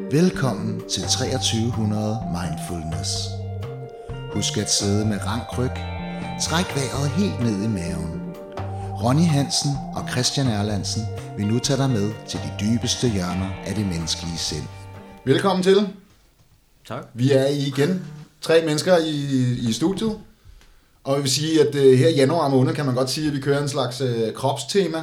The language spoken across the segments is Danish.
Velkommen til 2300 Mindfulness. Husk at sidde med rank ryg. Træk vejret helt ned i maven. Ronny Hansen og Christian Erlandsen vil nu tage dig med til de dybeste hjørner af det menneskelige sind. Velkommen til. Tak. Vi er igen 3 mennesker i studiet. Og jeg vil sige, at her i januar måned kan man godt sige, at vi kører en slags kropstema.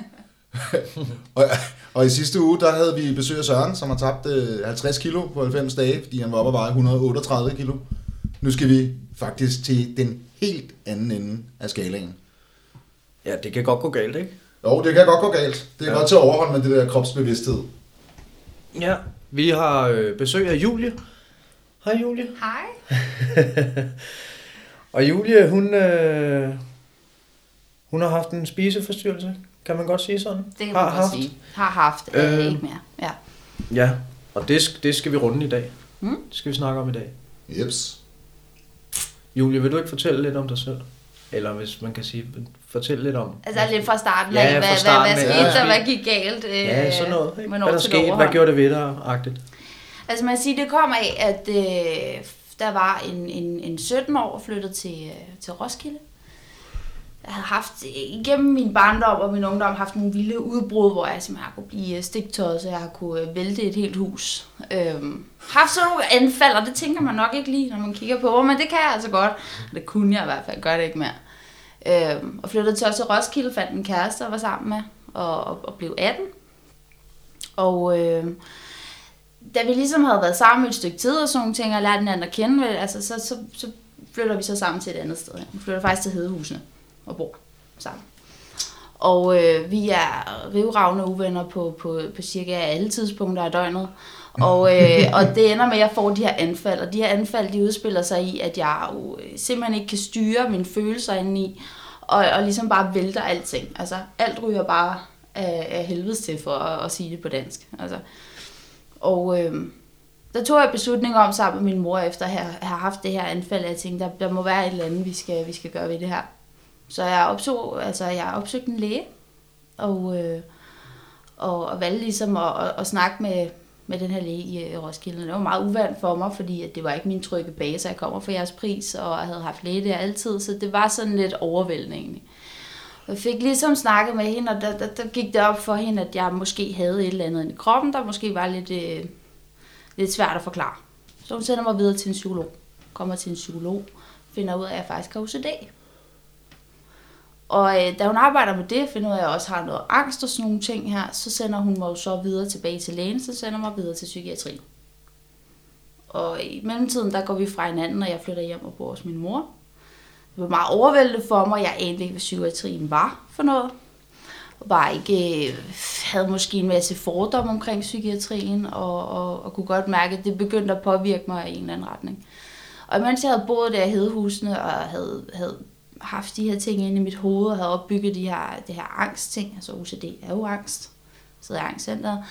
og i sidste uge, der havde vi besøg af Søren, som har tabt 50 kilo på 90 dage, fordi han var oppe og veje 138 kilo. Nu skal vi faktisk til den helt anden ende af skalaen. Ja, det kan godt gå galt, ikke? Jo, det kan godt gå galt. Det er godt til at overholde med det der kropsbevidsthed. Ja, vi har besøg af Julie. Hej Julie. Hej. Og Julie, hun har haft en spiseforstyrrelse, kan man godt sige sådan? Det kan man godt sige. Har haft, ikke mere. Ja. Ja, og det skal vi runde i dag. Det skal vi snakke om i dag. Jeps. Julie, vil du ikke fortælle lidt om dig selv? Eller hvis man kan sige, fortælle lidt om... Altså lidt fra starten af, hvad skete der, hvad gik galt? Ja, sådan noget. Ikke? Hvad der skete, hvad gjorde det ved dig-agtigt? Altså man siger, det kom af, at der var en 17 år flyttet til Roskilde. Jeg havde haft, igennem min barndom og min ungdom, haft nogle vilde udbrud, hvor jeg simpelthen kunne blive stiktosset, jeg kunne vælte et helt hus. Haft sådan nogle anfald, og det tænker man nok ikke lige, når man kigger på, men det kan jeg altså godt. Det kunne jeg i hvert fald, gør det ikke mere. Og flyttede til også Roskilde, fandt en kæreste og var sammen med, og blev 18. Og da vi ligesom havde været sammen et stykke tid og sådan nogle ting, og lært hinanden at kende, altså, så flytter vi så sammen til et andet sted. Vi flytter faktisk til Hedehusene og bor sammen. Og vi er rivravne uvenner på cirka alle tidspunkter af døgnet. Og det ender med, at jeg får de her anfald. Og de her anfald, de udspiller sig i, at jeg jo simpelthen ikke kan styre mine følelser indeni. Og ligesom bare vælter alting. Altså alt ryger bare af helvedes til, for at sige det på dansk. Altså. Og der tog jeg beslutning om sammen med min mor, efter at have haft det her anfald, at jeg tænkte, der må være et eller andet, vi skal gøre ved det her. Så jeg opsøgte en læge, og valgte ligesom at snakke med den her læge i Roskilde. Det var meget uvant for mig, fordi at det var ikke min trygge base. Jeg kommer fra jeres pris, og jeg havde haft læge der altid, så det var sådan lidt overvældende egentlig. Jeg fik ligesom snakket med hende, og der gik det op for hende, at jeg måske havde et eller andet i kroppen, der måske var lidt svært at forklare. Så hun sender mig videre til en psykolog. Kommer til en psykolog, finder ud af, at jeg faktisk har OCD. Og da hun arbejder med det, finder ud af, at jeg også har noget angst og sådan nogle ting her, så sender hun mig så videre tilbage til lægen, så sender mig videre til psykiatrien. Og i mellemtiden, der går vi fra hinanden, og jeg flytter hjem og bor hos min mor. Det var meget overvældende for mig, jeg anede ikke, hvad psykiatrien var for noget. Og bare ikke havde måske en masse fordomme omkring psykiatrien, og kunne godt mærke, at det begyndte at påvirke mig i en eller anden retning. Og imens jeg havde boet der i Hedehusene, og havde haft de her ting inde i mit hoved, og havde opbygget det her angstting, altså OCD er jo angst, så er angstcenteret,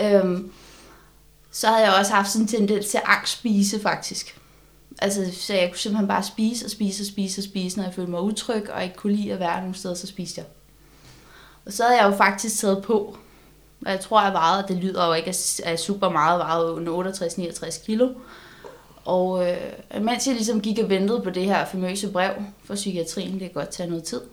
så havde jeg også haft sådan en tendens til angstspise faktisk. Altså, så jeg kunne simpelthen bare spise, når jeg følte mig utryg, og ikke kunne lide at være nogen steder, så spiste jeg. Og så havde jeg jo faktisk taget på, og jeg tror, jeg vejede, det lyder jo ikke af super meget, vejede 68-69 kilo. Og mens jeg ligesom gik og ventede på det her famøse brev for psykiatrien, det kan godt tage noget tid,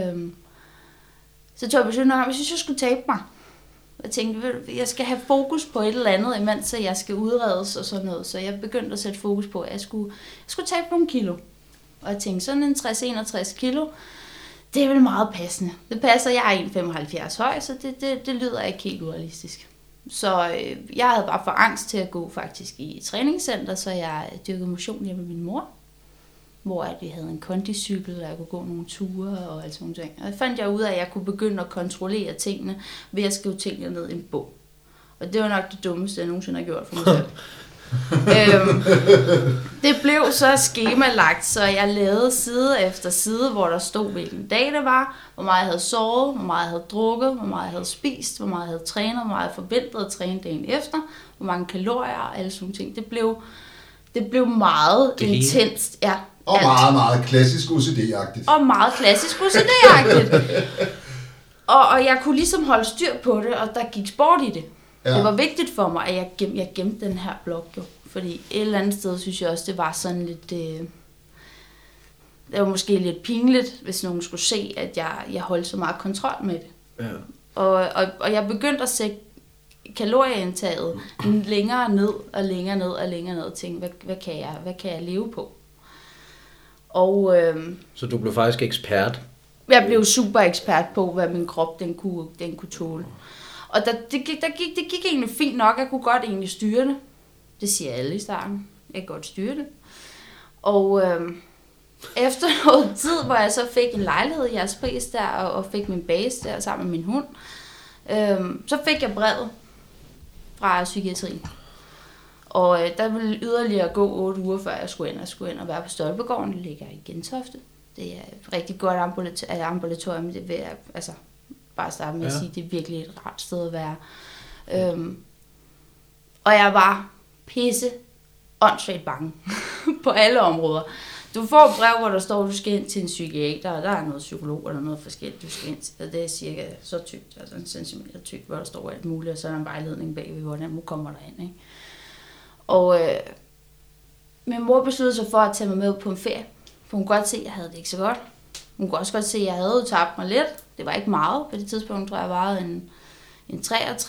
så tog jeg beslutning om, hvis jeg skulle tabe mig. Jeg tænkte, jeg skal have fokus på et eller andet, imens jeg skal udredes og sådan noget. Så jeg begyndte at sætte fokus på, at jeg skulle tabe nogle kilo. Og jeg tænkte, sådan en 60-61 kilo, det er vel meget passende. Det passer, jeg er 1,75 høj, så det lyder ikke helt urealistisk. Så jeg havde bare for angst til at gå faktisk i træningscenter, så jeg dyrkede motion hjemme med min mor. Hvor vi havde en kondicykel, og jeg kunne gå nogle ture og alt sådan noget. Og så fandt jeg ud af, at jeg kunne begynde at kontrollere tingene ved at skrive tingene ned i en bog. Og det var nok det dummeste, jeg nogensinde har gjort for mig selv. Det blev så skemalagt, så jeg lavede side efter side, hvor der stod, hvilken dag det var, hvor meget jeg havde sovet, hvor meget jeg havde drukket, hvor meget jeg havde spist, hvor meget jeg havde trænet, hvor meget jeg forventede at træne dagen efter, hvor mange kalorier og alle sådan ting. Det blev meget intenst. Ja, og meget, meget klassisk OCD-agtigt. Og meget klassisk OCD-agtigt. Og jeg kunne ligesom holde styr på det, og der gik sport i det. Ja. Det var vigtigt for mig, at jeg gemte den her blog jo. Fordi et eller andet sted, synes jeg også, det var sådan lidt... det var måske lidt pinligt, hvis nogen skulle se, at jeg holdt så meget kontrol med det. Ja. Og jeg begyndte at sætte kalorieindtaget længere ned og længere ned og længere ned og tænke, hvad kan jeg leve på? Og, så du blev faktisk ekspert? Jeg blev super ekspert på, hvad min krop den kunne tåle. Og det gik egentlig fint nok. Jeg kunne godt egentlig styre det. Det siger alle i starten. Jeg kan godt styre det. Og efter noget tid, hvor jeg så fik en lejlighed i Jægerspris der, og fik min base der sammen med min hund, så fik jeg brevet fra psykiatrien. Og der ville yderligere gå 8 uger, før jeg skulle ind og være på Stolpegården. Det ligger i Gentofte. Det er et rigtig godt ambulatorium. Det vil jeg altså bare starte med at sige, det er virkelig et rart sted at være. Og jeg var pisse åndssvagt bange på alle områder. Du får et brev, hvor der står, at du skal ind til en psykiater, og der er noget psykolog eller noget forskelligt, du skal ind til. Og det er cirka så tykt, altså 1 centimeter tykt, hvor der står alt muligt, og så er der en vejledning bagved, hvordan du kommer derhen, ikke? Og min mor besluttede sig for at tage mig med på en ferie, for hun kunne godt se, at jeg havde det ikke så godt. Hun kunne også godt se, at jeg havde tabt mig lidt. Det var ikke meget på det tidspunkt, tror jeg vejede en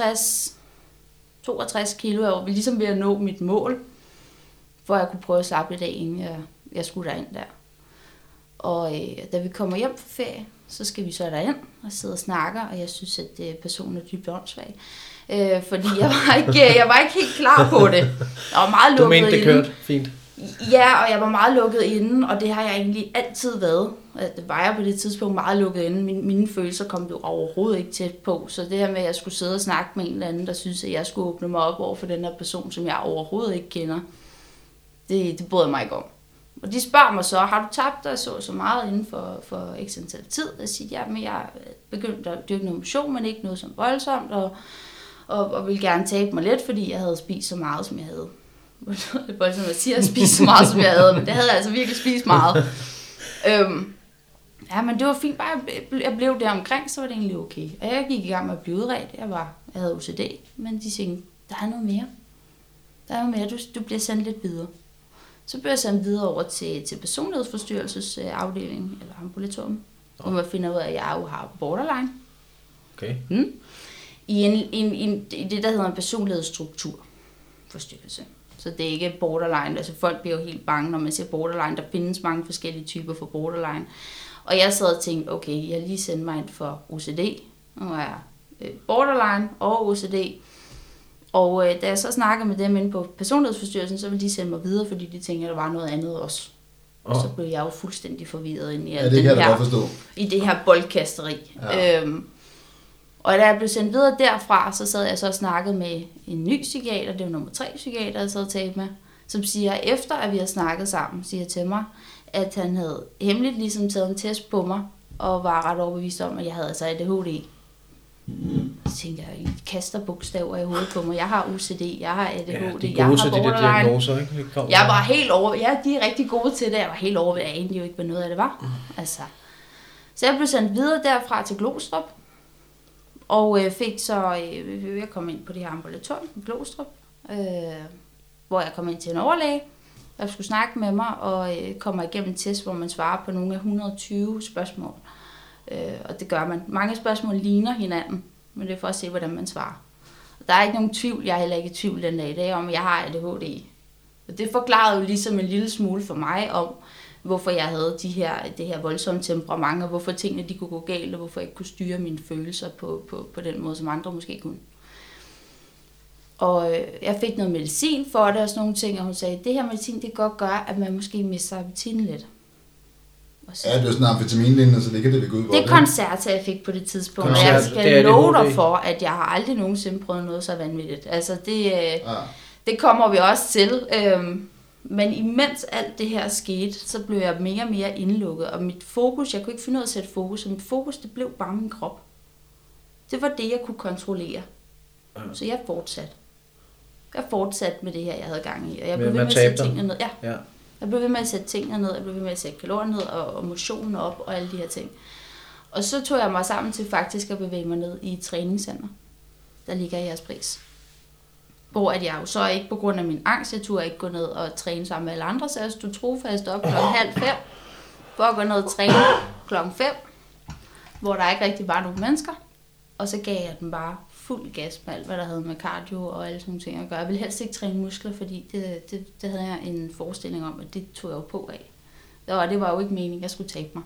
62 kilo. Jeg var ligesom ved at nå mit mål, for at jeg kunne prøve at slappe lidt af, inden jeg skulle derind der. Og da vi kommer hjem fra ferie, så skal vi så derind og sidde og snakke, og jeg synes, at personen er dybt åndssvag. Fordi jeg var ikke helt klar på det. Jeg var meget lukket inden. Du mente, det kørte fint? Ja, og jeg var meget lukket inden, og det har jeg egentlig altid været. Det var jeg på det tidspunkt meget lukket inden. Mine følelser kom jo overhovedet ikke tæt på. Så det her med, at jeg skulle sidde og snakke med en eller anden, der synes, at jeg skulle åbne mig op over for den her person, som jeg overhovedet ikke kender, det bryder jeg mig ikke om. Og de spørger mig så, har du tabt dig så meget inden for x antal tid? Jeg siger, ja, men jeg begyndte at dyrke noget motion, men ikke noget som voldsomt, og ville gerne tabe mig lidt, fordi jeg havde spist så meget, som jeg havde. Voldsomt at sige, at jeg spiste så meget, som jeg havde, men det havde jeg altså virkelig spist meget. Ja, men det var fint, bare jeg blev der omkring, så var det egentlig okay. Og jeg gik i gang med at blive udredt. Jeg havde OCD, men de tænkte, der er noget mere. Der er noget mere, du bliver sendt lidt videre. Så blev jeg sendt videre over til personlighedsforstyrrelsesafdelingen, eller ambulatorium, hvor man finder ud af, at jeg jo har borderline. Okay. I det, der hedder en personlighedsstrukturforstyrrelse. Så det er ikke borderline. Altså folk bliver jo helt bange, når man siger borderline. Der findes mange forskellige typer for borderline. Og jeg sad og tænkte, okay, jeg lige sendte mig ind for OCD. Nu er jeg borderline og OCD. Og da jeg så snakkede med dem inde på personlighedsforstyrrelsen, så ville de sende mig videre, fordi de tænkte, at der var noget andet også. Og så blev jeg jo fuldstændig forvirret ind i det her boldkasteri. Ja. Og da jeg blev sendt videre derfra, så sad jeg så og snakkede med en ny psykiater, det var nummer 3 psykiater, jeg sad og talte med, som siger, efter at vi har snakket sammen, siger til mig, at han havde hemmeligt ligesom taget en test på mig, og var ret overbevist om, at jeg havde altså ADHD. Så tænker jeg, I kaster bogstaver i hovedet på mig. Jeg har OCD, jeg har ADHD, jeg har borderline. Jeg var helt over, ja, de er rigtig gode til det. Jeg var helt over, at jeg egentlig jo ikke, hvad noget af det var. Altså. Så jeg blev sendt videre derfra til Glostrup, og fik så, jeg kom ind på det her ambulatorium i Glostrup, hvor jeg kom ind til en overlæge, der skulle snakke med mig, og kommer igennem en test, hvor man svarer på nogle af 120 spørgsmål. Og det gør man. Mange spørgsmål ligner hinanden, men det er for at se, hvordan man svarer. Og der er ikke nogen tvivl, jeg er heller ikke i tvivl den dag i dag, om jeg har ADHD. Og det forklarede jo ligesom en lille smule for mig om, hvorfor jeg havde det her voldsomme temperament, og hvorfor tingene de kunne gå galt, og hvorfor jeg ikke kunne styre mine følelser på den måde, som andre måske kunne. Og jeg fik noget medicin for det og sådan nogle ting, og hun sagde, det her medicin, det kan godt gøre, at man måske mister appetitten lidt. Ja, det er sådan en amfetaminlignende, så det kan det ved Gud godt. Det er Concerta, jeg fik på det tidspunkt, og jeg skal love dig for, at jeg har aldrig nogensinde prøvet noget så vanvittigt. Altså, det kommer vi også til. Men imens alt det her skete, så blev jeg mere og mere indlukket, og mit fokus, jeg kunne ikke finde ud af at sætte fokus, og mit fokus, det blev bare min krop. Det var det, jeg kunne kontrollere. Så jeg fortsatte. Jeg fortsatte med det her, jeg havde gang i, og jeg blev ved med at sætte tingene ned. Ja. Jeg blev ved med at sætte tingene ned, jeg blev ved med at sætte kalorier ned, og motionen op, og alle de her ting. Og så tog jeg mig sammen til faktisk at bevæge mig ned i et træningscenter, der ligger i Jægerspris. Hvor at jeg jo så ikke på grund af min angst, jeg turde ikke gå ned og træne sammen med alle andre, så jeg stod trofast op 4:30 for at gå ned og træne 5:00, hvor der ikke rigtig var nogen mennesker. Og så gav jeg den bare fuld gas med alt, hvad der havde med cardio og alle sådan nogle ting at gøre. Jeg ville helst ikke træne muskler, fordi det havde jeg en forestilling om, at det tog jeg jo på af. Og det var jo ikke meningen, jeg skulle tabe mig.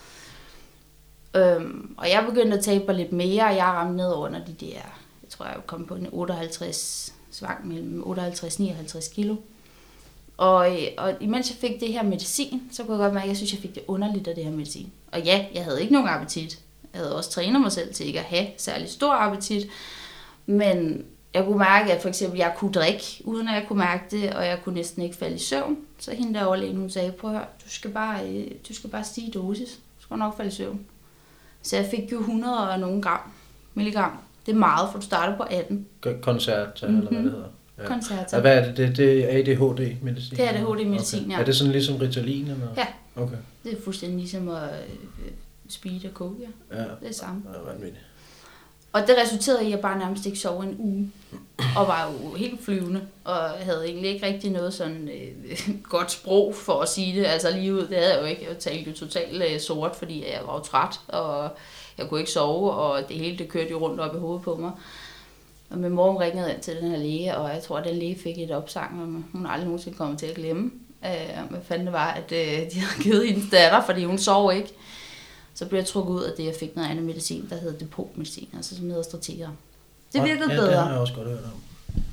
Og jeg begyndte at tabe mig lidt mere, og jeg ramte ned under de der, jeg tror jeg kom på en 58, svang mellem 58 og 59 kilo. Og imens jeg fik det her medicin, så kunne jeg godt mærke, at jeg synes, jeg fik det underligt af det her medicin. Og ja, jeg havde ikke nogen appetit. Jeg havde også trænet mig selv til ikke at have særlig stor appetit. Men jeg kunne mærke, at for eksempel jeg kunne drikke, uden at jeg kunne mærke det, og jeg kunne næsten ikke falde i søvn. Så hende der overlægen, hun sagde, prøv at høre, du skal bare stige dosis. Du skal nok falde i søvn. Så jeg fik jo 100 og nogle milligram. Det er meget, for du starter på 18. Concerta, eller hvad det hedder. Ja. Concerta. Hvad er det? Det er ADHD-medicin? Det er ADHD-medicin, okay. ja. Er det sådan ligesom Ritalin? Eller? Ja. Okay. Det er fuldstændig ligesom at speed og coke, ja. Det er det samme. Ja, og det resulterede i, at jeg bare nærmest ikke sov en uge. Og var jo helt flyvende. Og havde egentlig ikke rigtig noget sådan godt sprog for at sige det. Altså lige ud, det havde jeg jo ikke. Jeg talte jo totalt sort, fordi jeg var jo træt. Og jeg kunne ikke sove, og det hele det kørte jo rundt op i hovedet på mig. Og min mor ringede ind til den her læge, og jeg tror, at den læge fik et opsang, og hun aldrig nogensinde kommer til at glemme. Hvad fanden det var, at de havde givet hendes datter, fordi hun sov ikke. Så blev jeg trukket ud af det, jeg fik noget andet medicin, der hedder depotmedicin, altså som hedder Strateger. Det virkede bedre. Det har jeg også godt hørt om.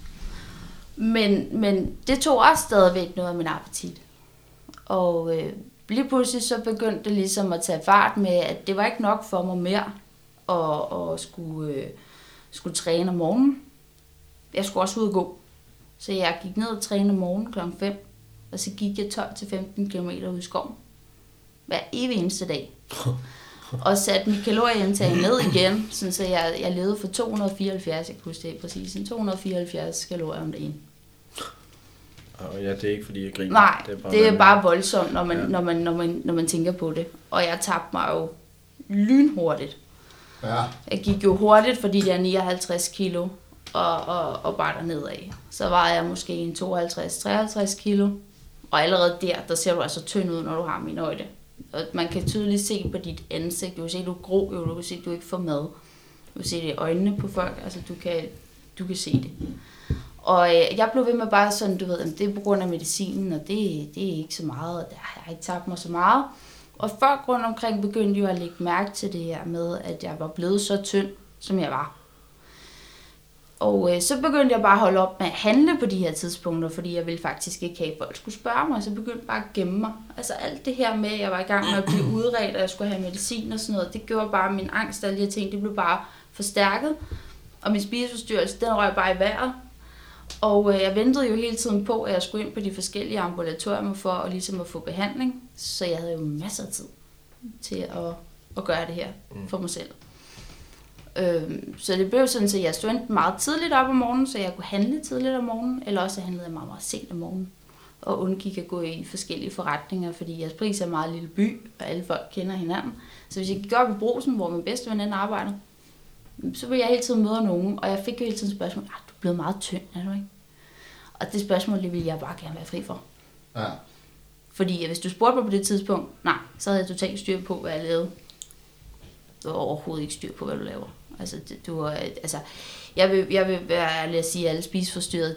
Men det tog også stadigvæk noget af min appetit. Og lige pludselig så begyndte det ligesom at tage fart med, at det var ikke nok for mig mere at skulle træne om morgenen. Jeg skulle også ud og gå. Så jeg gik ned og trænede om morgenen 5:00, og så gik jeg 12-15 km ud i skoven. Hver evig eneste dag. Og satte mit kalorieindtag ned igen, så jeg levede for 274, jeg kan huske det præcis, 274 kalorier om dagen. Og ja, det er ikke fordi jeg griner. Nej, det er bare voldsomt, når man tænker på det. Og jeg tabte mig jo lynhurtigt. Ja. Jeg gik jo hurtigt for de der 59 kilo og bare dernedad. Så var jeg måske en 52-53 kilo. Og allerede der ser du altså tynd ud, når du har min højde. Og man kan tydeligt se på dit ansigt. Du kan se, at du er grå, du kan se, at du ikke får mad. Du kan se det i øjnene på folk. Altså, du kan se det. Og jeg blev ved med bare sådan, du ved, det er på grund af medicinen, og det er ikke så meget, og jeg har ikke tabt mig så meget. Og folk rundt omkring begyndte jo at lægge mærke til det her med, at jeg var blevet så tynd, som jeg var. Og så begyndte jeg bare at holde op med at handle på de her tidspunkter, fordi jeg ville faktisk ikke have, at folk skulle spørge mig, så begyndte jeg bare at gemme mig. Altså alt det her med, at jeg var i gang med at blive udredt, og jeg skulle have medicin og sådan noget, det gjorde bare min angst og alle de her ting, det blev bare forstærket. Og min spiseforstyrrelse, den røg bare i vejret. Og jeg ventede jo hele tiden på, at jeg skulle ind på de forskellige ambulatorier for at få behandling. Så jeg havde jo masser af tid til at gøre det her for mig selv. Så det blev sådan, at jeg stod enten meget tidligt op om morgenen, så jeg kunne handle tidligt om morgenen, eller også handlede jeg meget, meget sent om morgenen. Og undgik at gå i forskellige forretninger, fordi Jægerspris er en meget lille by, og alle folk kender hinanden. Så hvis jeg gik op i Brugsen, hvor min bedste veninde arbejdede, så ville jeg hele tiden møde nogen, og jeg fik jo hele tiden spørgsmål, du er blevet meget tynd, er du ikke? Og det spørgsmål, det ville jeg bare gerne være fri for. Ja. Fordi hvis du spurgte mig på det tidspunkt, nej, så havde jeg totalt styr på, hvad jeg lavede. Du har overhovedet ikke styr på, hvad du laver. Altså, jeg vil være ærlig at sige, at alle spiseforstyrrede,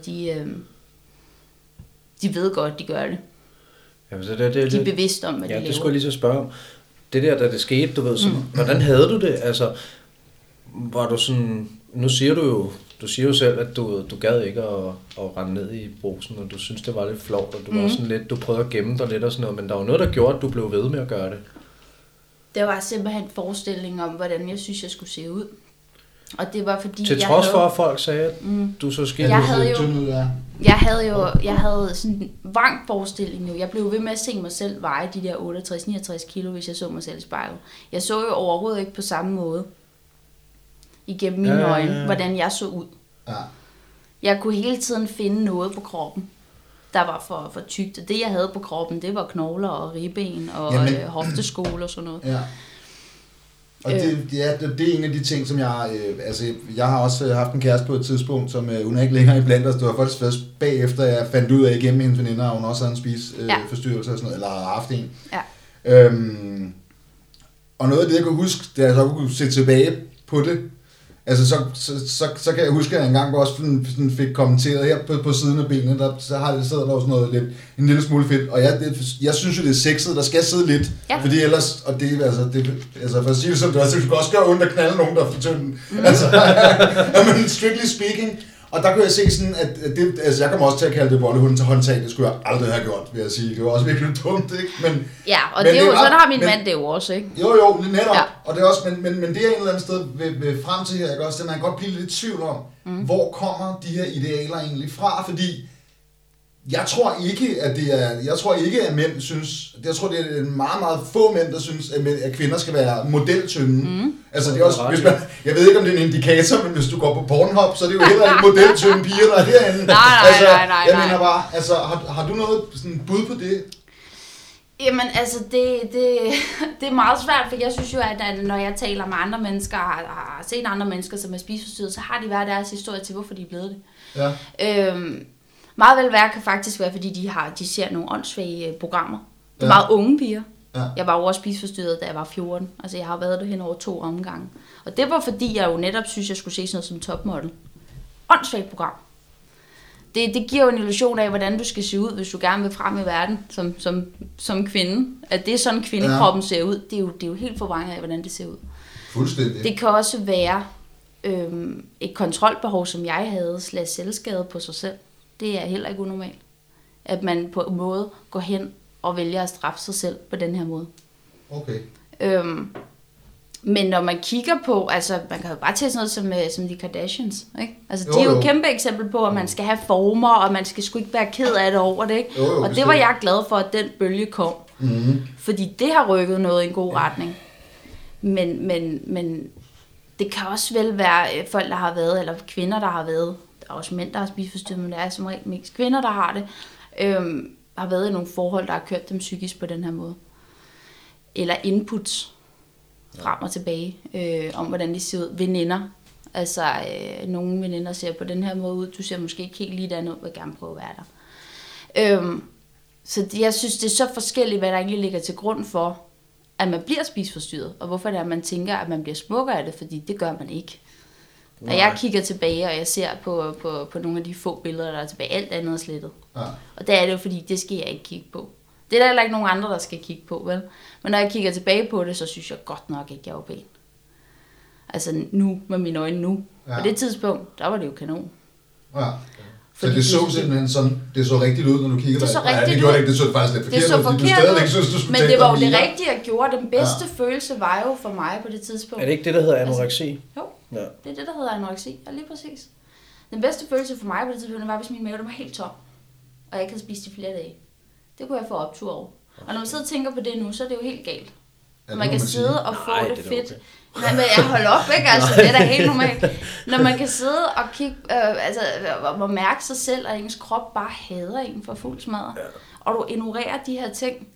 de ved godt, de gør det. Ja, så de er bevidste om, hvad de laver. Ja, det skulle jeg lige så spørge om. Det der, da det skete, du ved, sådan, hvordan havde du det? Altså, var du sådan, nu siger du siger jo selv, at du gad ikke at rende ned i Brugsen, og du synes, det var lidt flovt, og du var sådan lidt, du prøvede at gemme dig lidt og sådan noget, men der var noget, der gjorde, at du blev ved med at gøre det. Det var simpelthen en forestilling om, hvordan jeg synes, jeg skulle se ud. Og det var fordi, til trods for, at folk sagde, at du så skidt. Jeg havde sådan en vrang forestilling jo. Jeg blev ved med at se mig selv veje de der 68-69 kilo, hvis jeg så mig selv i spejlet. Jeg så jo overhovedet ikke på samme måde igennem mine øjne, hvordan jeg så ud. Ja. Jeg kunne hele tiden finde noget på kroppen, der var for tykt. Og det, jeg havde på kroppen, det var knogler og ribben og hofteskål og sådan noget. Ja. Og det er en af de ting, som jeg har også haft en kæreste på et tidspunkt, som hun er ikke længere iblandt os. Det var faktisk først bagefter, jeg fandt ud af igennem hendes veninder, at hun også havde en spiseforstyrrelse og sådan noget, eller har haft en. Ja. Og noget af det, jeg kunne huske, da jeg så kunne se tilbage på det, altså så kan jeg huske, at jeg engang også sådan fik kommenteret her på siden af benene, så har det siddet der sådan noget lidt, en lille smule fedt, og jeg synes jo, det er sexet, der skal sidde lidt, fordi ellers, og det for at sige det som det også, det skal også gøre ondt at knalde nogen, der er for tynden, men strictly speaking. Og der kunne jeg se sådan, at det, jeg kommer også til at kalde det voldehunden til håndtag, det skulle jeg aldrig have gjort, vil jeg sige. Det var også virkelig dumt, ikke? Men, ja, og det er jo, sådan har min mand det jo også, ikke? Jo, netop. Ja. Og det er også, men det er en eller anden sted ved frem til her, jeg kan også, man kan godt blive lidt i tvivl om, hvor kommer de her idealer egentlig fra, fordi jeg tror ikke, at mænd synes, jeg tror, det er meget, meget få mænd, der synes, at kvinder skal være modeltynde. Altså, det er også, hvis man, jeg ved ikke, om det er en indikator, men hvis du går på Pornhub, så er det jo heller ikke modeltynde piger, der er herinde. Nej. Jeg mener bare, altså, har du noget sådan bud på det? Jamen, altså, det er meget svært, for jeg synes jo, at når jeg taler med andre mennesker, har set andre mennesker, som er spiseforstyrret, så har de været deres historie til, hvorfor de er blevet det. Ja. Meget vel være kan faktisk være, fordi de ser nogle åndssvage programmer. Det er meget unge piger. Ja. Jeg var jo også spiseforstyrret, da jeg var 14. Altså, jeg har været det hen over 2 omgange. Og det var fordi, jeg jo netop synes, jeg skulle se sådan noget som topmodel. Åndssvagt program. Det giver jo en illusion af, hvordan du skal se ud, hvis du gerne vil frem i verden som kvinde. At det er sådan, kvindekroppen ser ud. Det er jo helt forvrænget af, hvordan det ser ud. Fuldstændig. Det kan også være et kontrolbehov, som jeg havde, selvskade på sig selv. Det er heller ikke unormalt. At man på en måde går hen og vælger at straffe sig selv på den her måde. Okay. Men når man kigger på, altså man kan jo bare tage sådan noget som de Kardashians, ikke? Altså det er jo et kæmpe eksempel på, at man skal have former, og man skal sgu ikke være ked af det over det, ikke? Jo, og det var jeg glad for, at den bølge kom. Fordi det har rykket noget i en god retning. Men det kan også vel være folk, der har været, eller kvinder, der har været, der er også mænd, der har spiseforstyrret, men det er som regel mest kvinder, der har det, har været i nogle forhold, der har kørt dem psykisk på den her måde. Eller inputs frem og tilbage, om hvordan de ser ud. Veninder. Altså, nogle veninder ser på den her måde ud. Du ser måske ikke helt lige der ud, vil gerne prøve at være der. Så jeg synes, det er så forskelligt, hvad der egentlig ligger til grund for, at man bliver spiseforstyrret. Og hvorfor det er, at man tænker, at man bliver smukkere af det, fordi det gør man ikke. Når jeg kigger tilbage, og jeg ser på nogle af de få billeder, der er tilbage, alt andet er slettet. Ja. Og der er det jo, fordi det skal jeg ikke kigge på. Det er der heller ikke nogen andre, der skal kigge på, vel? Men når jeg kigger tilbage på det, så synes jeg godt nok ikke, jeg var pæn. Altså nu, med mine øjne nu. Ja. På det tidspunkt, der var det jo kanon. Ja. Så det så simpelthen sådan, det så rigtigt ud, når du kigger der. Det gjorde det ikke, det så faktisk lidt forkert. Det så forkert synes, men det var jo det rigtige, jeg gjorde. Den bedste følelse var jo for mig på det tidspunkt. Er det ikke det, der hedder anoreksi? Jo, det er det, der hedder anoreksi. Ja, lige præcis. Den bedste følelse for mig på det tidspunkt var, hvis min mave var helt tom, og jeg ikke havde spist i flere dage. Det kunne jeg få optur over. Og når man sidder og tænker på det nu, så er det jo helt galt. Ja, man kan sidde og få det fedt. Okay. Nej, men jeg holder op, ikke? Altså, det er da helt normalt. Når man kan sidde og kigge, og mærke sig selv, at ens krop bare hader en for fuld smadret. Ja. Og du ignorerer de her ting,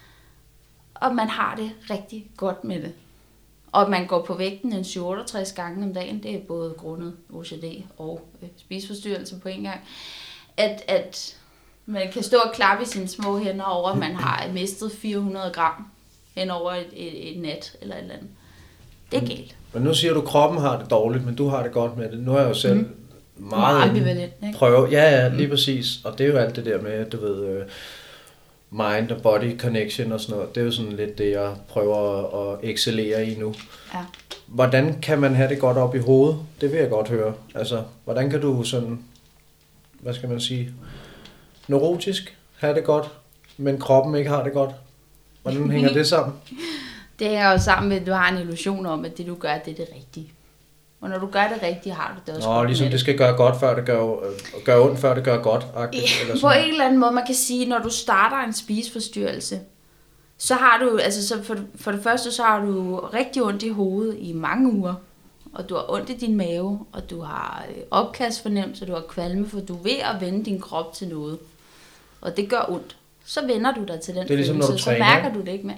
og man har det rigtig godt med det. Og man går på vægten en 67 gange om dagen, det er både grundet OCD og spiseforstyrrelse på en gang, at man kan stå og klappe i sine små hænder over, at man har mistet 400 gram hen over et nat eller et eller andet. Det er galt. Men nu siger du, at kroppen har det dårligt, men du har det godt med det. Nu har jeg jo selv meget ambivalent, ikke? Prøve. Ja, lige præcis. Og det er jo alt det der med, du ved, mind og body connection og sådan noget. Det er jo sådan lidt det, jeg prøver at excellere i nu. Ja. Hvordan kan man have det godt op i hovedet? Det vil jeg godt høre. Altså, hvordan kan du sådan, hvad skal man sige, neurotisk have det godt, men kroppen ikke har det godt? Hvordan hænger det sammen? Det hænger jo sammen med, at du har en illusion om, at det du gør, det er det rigtige. Og når du gør det rigtige, har du det også godt ligesom det skal gøre godt, før det gør ondt, før det gør godt. Eller på en eller anden måde, man kan sige, når du starter en spiseforstyrrelse, så har du, altså så for det første, så har du rigtig ondt i hovedet i mange uger. Og du har ondt i din mave, og du har opkastfornemmelse, du har kvalme, for du er ved at vende din krop til noget. Og det gør ondt. Så vender du dig til den ligesom, følelse, så mærker du det ikke mere. Ja,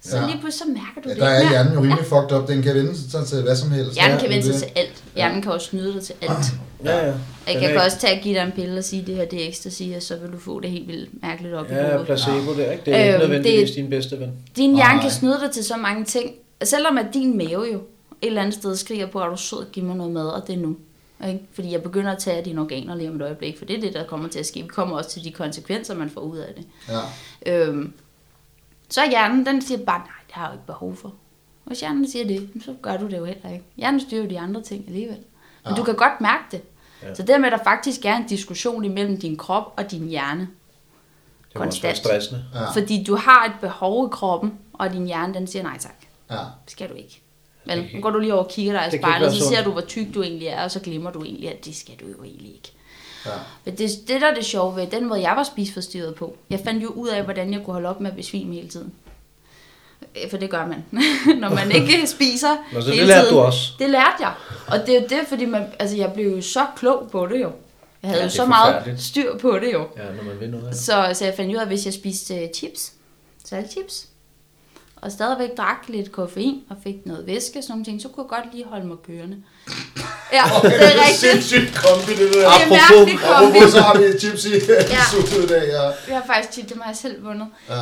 Så lige pludselig så mærker du det. Der er hjernen jo rimelig fucked up. Den kan vende sig til hvad som helst. Hjernen kan vende sig til alt. Hjernen kan også snyde dig til alt. Ja. Jeg kan også tage at give dig en pille og sige, det her det er ecstasy, og så vil du få det helt vildt mærkeligt op i hovedet. Ja, placebo det, ikke? Det er ikke nødvendigvis din bedste ven. Din hjerne kan snyde dig til så mange ting. Selvom at din mave jo et eller andet sted skriger på, at du sød, giv mig noget mad, og det er nu. Ikke? Fordi jeg begynder at tage dine organer lige om et øjeblik, for det er det, der kommer til at ske. Vi kommer også til de konsekvenser, man får ud af det. Ja. Så hjernen, den siger bare, nej, det har jeg jo ikke behov for. Hvis hjernen siger det, så gør du det jo heller ikke. Hjernen styrer jo de andre ting alligevel. Men du kan godt mærke det. Ja. Så dermed der faktisk er en diskussion imellem din krop og din hjerne. Det må også være stressende. Ja. Fordi du har et behov i kroppen, og din hjerne, den siger nej tak. Ja. Det skal du ikke. Men nu går du lige over og kigger dig i spejlet, og så ser du, hvor tyk du egentlig er, og så glemmer du egentlig, at det skal du jo egentlig ikke. Ja. Men det der er det sjove ved, den måde jeg var spiseforstyrret på. Jeg fandt jo ud af, hvordan jeg kunne holde op med at besvime hele tiden. For det gør man, når man ikke spiser hele tiden. Det lærte du også. Det lærte jeg. Og det er jo det, fordi jeg blev jo så klog på det jo. Jeg havde jo så meget styr på det jo. Ja, når man vil noget. Så jeg fandt ud af, at hvis jeg spiste chips, saltchips, og stadigvæk drak lidt koffein og fik noget væske og sådan nogle ting, så kunne jeg godt lige holde mig kørende. Ja, det er rigtigt. Sindssygt kombi, det der. Apropos, så har vi chips i studiet i dag. Ja. Jeg har faktisk tit, det har jeg selv vundet. Ja.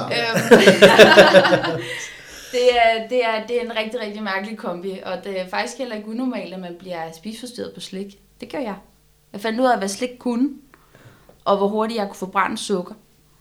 Det er en rigtig, rigtig mærkelig kombi, og det er faktisk heller ikke unormalt, at man bliver spiseforstyrret på slik. Det gør jeg. Jeg fandt ud af, hvad slik kunne, og hvor hurtigt jeg kunne forbrænde sukker.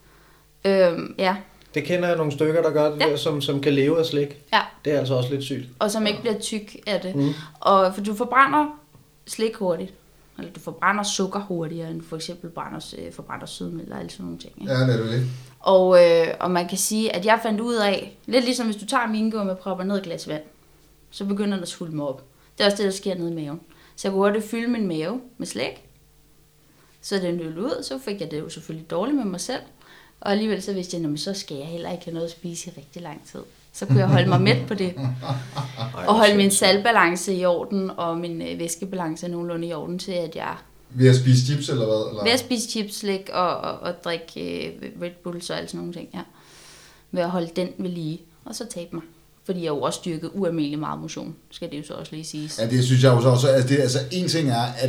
Ja. Det kender jeg nogle stykker, der gør det der, som kan leve af slik. Ja. Det er altså også lidt sygt. Og som ikke bliver tyk af det. Og for du forbrænder slik hurtigt. Eller du forbrænder sukker hurtigere, end for eksempel forbrænder sødemidler og alle sådan nogle ting. Ikke? Ja, det er det. Og man kan sige, at jeg fandt ud af, lidt ligesom hvis du tager en vingummi og propper ned et glas vand, så begynder den at svulme op. Det er også det, der sker nede i maven. Så jeg kunne hurtigt fylde min mave med slik. Så den løb ud, så fik jeg det jo selvfølgelig dårligt med mig selv. Og alligevel så vidste jeg, så skal jeg heller ikke have noget at spise i rigtig lang tid. Så kunne jeg holde mig mæt på det. Og holde min saltbalance i orden, og min væskebalance nogenlunde i orden til, at jeg... Ved at spise chips, eller hvad? Eller? Ved at spise chips, slik og drikke Red Bulls og alle sådan nogle ting, ja. Ved at holde den ved lige, og så tabe mig. Fordi jeg jo også styrket ualmindelig meget motion, skal det jo så også lige siges. Ja, det synes jeg jo så også. Altså, en ting er, at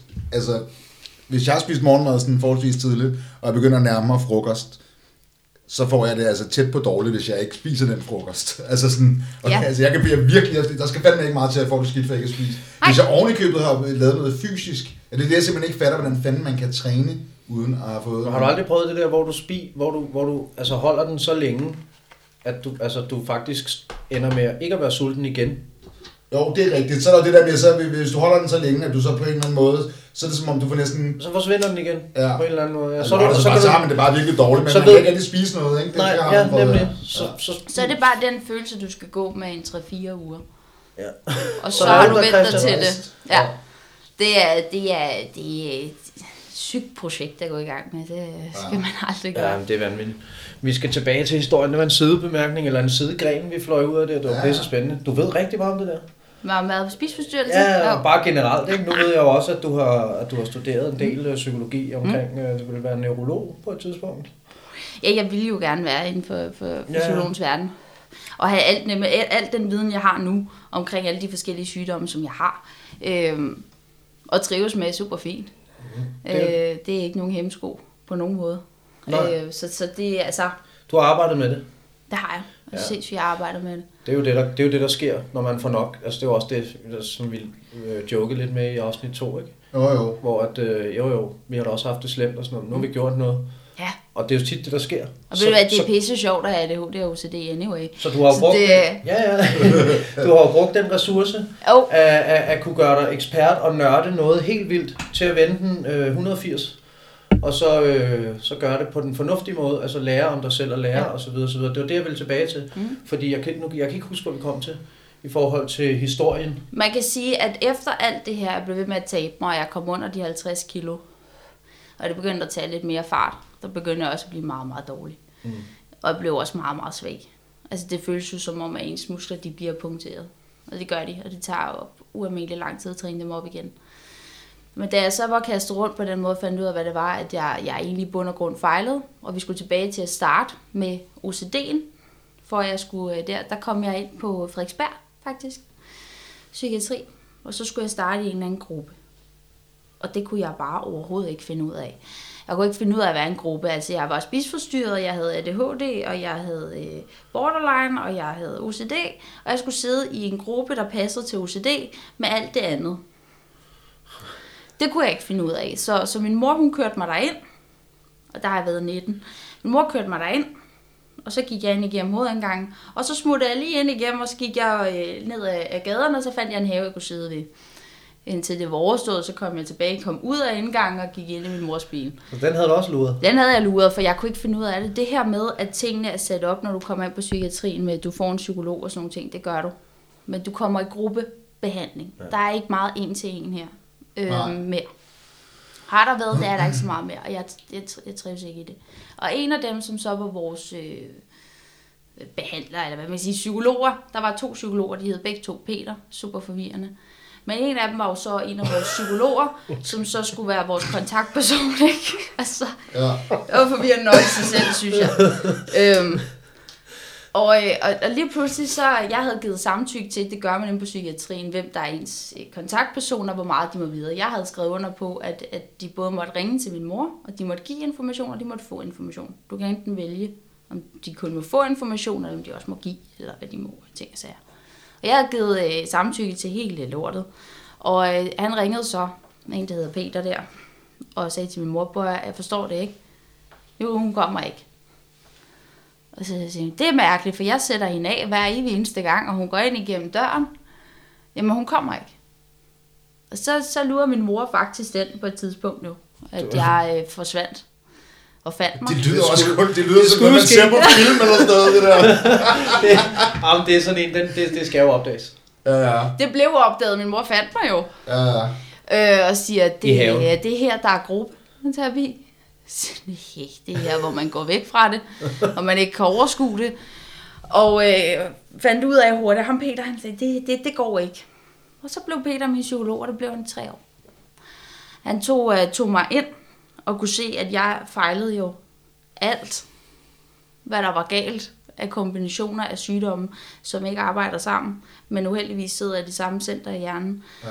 hvis jeg har spist morgenmad sådan forholdsvis tidligt, og jeg begynder at nærme mig frokost, så får jeg det altså tæt på dårligt, hvis jeg ikke spiser den frokost. Altså sådan, altså jeg kan blive virkelig, der skal fandme ikke meget til, at jeg får det skidt, for ikke at spise. Hvis jeg ovenikøbet har lavet noget fysisk, det er det, jeg simpelthen ikke fatter, hvordan fanden man kan træne, uden at have fået... Har du aldrig prøvet det der, hvor du altså holder den så længe, at du faktisk ender med ikke at være sulten igen? Jo, det er rigtigt. Så er der det der med, så hvis du holder den så længe, at du så på en eller anden måde, så er det som om du får næsten... Så forsvinder den igen på en eller anden måde. Ja. Så har man det bare virkelig dårligt, men man kan ikke rigtig spise noget, ikke? Nemlig. Så er det bare den følelse, du skal gå med en 3-4 uger. Ja. Og så har du vendt dig til det. Ja. Det er et sygt projekt, der går i gang med. Det skal man aldrig gøre. Ja, det er vanvittigt. Vi skal tilbage til historien. Det var en sidebemærkning, eller en sidegren, vi fløj ud af det. Det var pisse spændende. Du ved rigtig meget om det der. Mad på spiseforstyrrelse? Ja, bare generelt. Ikke? Nu ved jeg jo også, at du har studeret en del psykologi omkring, du ville være neurolog på et tidspunkt. Ja, jeg ville jo gerne være inden for psykologens verden. Og have alt den viden, jeg har nu, omkring alle de forskellige sygdomme, som jeg har. Og trives med super fint. Det er ikke nogen hemmesko på nogen måde. Så det er altså... Du har arbejdet med det? Det har jeg. Jeg synes, jeg arbejder med det. Det er jo det, der sker, når man får nok. Altså, det er jo også det, som vi jokede lidt med i afsnit 2, ikke? Jo. Hvor at, vi har da også haft det slemt og sådan noget. Nu har vi gjort noget. Ja. Og det er jo tit det, der sker. Og ved du hvad, det er pisse sjovt at have ADHD og OCD anyway. Så du har brugt du har brugt den ressource at kunne gøre dig ekspert og nørde noget helt vildt til at vende den 180. Og så gøre det på den fornuftige måde, altså lære om dig selv og lære og så videre, så videre. Det var det, jeg ville tilbage til, fordi jeg kan ikke huske, hvor vi kom til i forhold til historien. Man kan sige, at efter alt det her, jeg blev ved med at tabe mig, og jeg kom under de 50 kilo, og det begyndte at tage lidt mere fart, der begyndte jeg også at blive meget, meget dårlig. Og jeg blev også meget, meget svag. Altså det føles jo som om, at ens muskler, de bliver punkteret. Og det gør de, og det tager jo ualmindelig lang tid at træne dem op igen. Men da jeg så var kastet rundt på den måde, fandt ud af, hvad det var, at jeg egentlig i bund og grund fejlede, og vi skulle tilbage til at starte med OCD'en, for at jeg skulle der kom jeg ind på Frederiksberg, faktisk. Psykiatri. Og så skulle jeg starte i en eller anden gruppe. Og det kunne jeg bare overhovedet ikke finde ud af. Jeg kunne ikke finde ud af at være en gruppe. Altså, jeg var spiseforstyrret, jeg havde ADHD, og jeg havde borderline, og jeg havde OCD. Og jeg skulle sidde i en gruppe, der passede til OCD, med alt det andet. Det kunne jeg ikke finde ud af. Så min mor, hun kørte mig derind, og der har jeg været 19. Min mor kørte mig derind, og så gik jeg ind igennem hovedindgangen. Og så smuttede jeg lige ind igennem, og så gik jeg ned ad gaderne, og så fandt jeg en have, jeg kunne sidde ved. Indtil det var overstået, så kom jeg tilbage, kom ud af indgangen og gik ind i min mors bil. Så den havde du også luret? Den havde jeg luret, for jeg kunne ikke finde ud af det. Det her med, at tingene er sat op, når du kommer ind på psykiatrien med, at du får en psykolog og sådan nogle ting, det gør du. Men du kommer i gruppebehandling. Ja. Der er ikke meget en til en her mere. Har der været, der er der ikke så meget mere, og jeg trives ikke i det. Og en af dem, som så var vores behandler, eller hvad man siger, psykologer, der var 2 psykologer, de hed begge 2 Peter, super forvirrende. Men en af dem var jo så en af vores psykologer, som så skulle være vores kontaktperson, ikke? Altså, det var forvirrende nok i sig selv, synes jeg. Og lige pludselig så, jeg havde givet samtykke til, det gør man inde på psykiatrien, hvem der er ens kontaktpersoner, hvor meget de må vide. Jeg havde skrevet under på, at de både måtte ringe til min mor, og de måtte give information, og de måtte få information. Du kan enten vælge, om de kun må få information, eller om de også må give, eller hvad de må, ting og sager. Og jeg havde givet samtykke til hele lortet. Og han ringede så, en der hedder Peter der, og sagde til min mor, jeg forstår det ikke. Jo, hun kommer ikke. Og så siger jeg, det er mærkeligt, for jeg sætter hende af hver evig eneste gang, og hun går ind igennem døren. Jamen, hun kommer ikke. Og så lurer min mor faktisk den på et tidspunkt nu, at jeg forsvandt. Og fandt mig. Det lyder også kun, det lyder som, når man ser på film eller sådan noget, det der. Det er sådan en, det skal jo opdages. Ja. Det blev opdaget, min mor fandt mig jo. Ja. Og siger, at det her, der er gruppeterapi. Det er her, hvor man går væk fra det, og man ikke kan overskue det. Og fandt ud af hurtigt, ham Peter, han sagde, det går ikke. Og så blev Peter min psykolog, og det blev han 3 år. Han tog mig ind, og kunne se, at jeg fejlede jo alt, hvad der var galt af kombinationer af sygdomme, som ikke arbejder sammen, men uheldigvis sidder i det samme center i hjernen. Ja.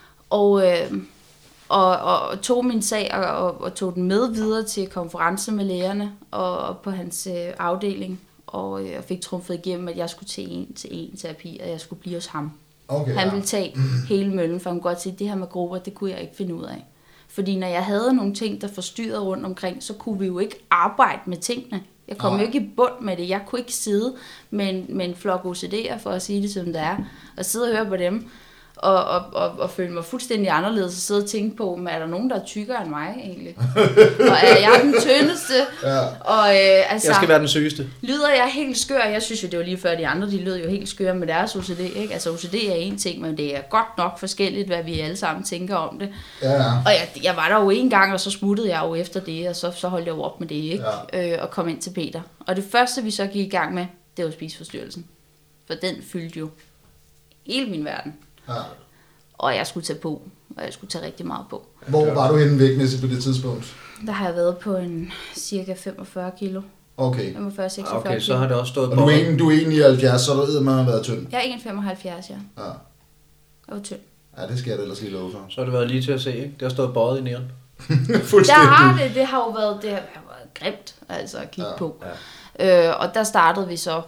Og tog min sag og tog den med videre til konference med lægerne og på hans afdeling, og jeg fik trumfet igennem, at jeg skulle til en terapi, og jeg skulle blive hos ham. Okay, han ville tage hele møllen, for han kunne godt sige, at det her med grupper, det kunne jeg ikke finde ud af. Fordi når jeg havde nogle ting, der forstyrrede rundt omkring, så kunne vi jo ikke arbejde med tingene. Jeg kom jo ikke i bund med det. Jeg kunne ikke sidde med en flok OCD'er, for at sige det som det er, og sidde og høre på dem, og føle mig fuldstændig anderledes, og sidde og tænke på, er der nogen, der er tykkere end mig egentlig? Og er jeg den tyndeste? Ja. Og, altså, jeg skal være den sygeste. Lyder jeg helt skør? Jeg synes jo, det var lige før de andre, de lød jo helt skøre med deres OCD, ikke? Altså OCD er en ting, men det er godt nok forskelligt, hvad vi alle sammen tænker om det. Ja. Og jeg var der jo en gang, og så smuttede jeg jo efter det, og så holdt jeg jo op med det, ikke? Ja. Og kom ind til Peter. Og det første, vi så gik i gang med, det var spiseforstyrrelsen. For den fyldte jo hele min verden. Ja. Og jeg skulle tage på, og jeg skulle tage rigtig meget på. Hvor var du henne vægtmæssigt på det tidspunkt? Der har jeg været på en cirka 45 kilo. Okay. 45-46 okay, så har det også stået på. Og du er 79, så du man har været tynd? Jeg er 1,75, ja. Ja. Jeg var tynd. Ja, det skal jeg da ellers lige love for. Så har det været lige til at se, ikke? Det har stået bøjet i næren. Der har det har jo været, det har været grimt, altså at kigge på. Ja. Og der startede vi så,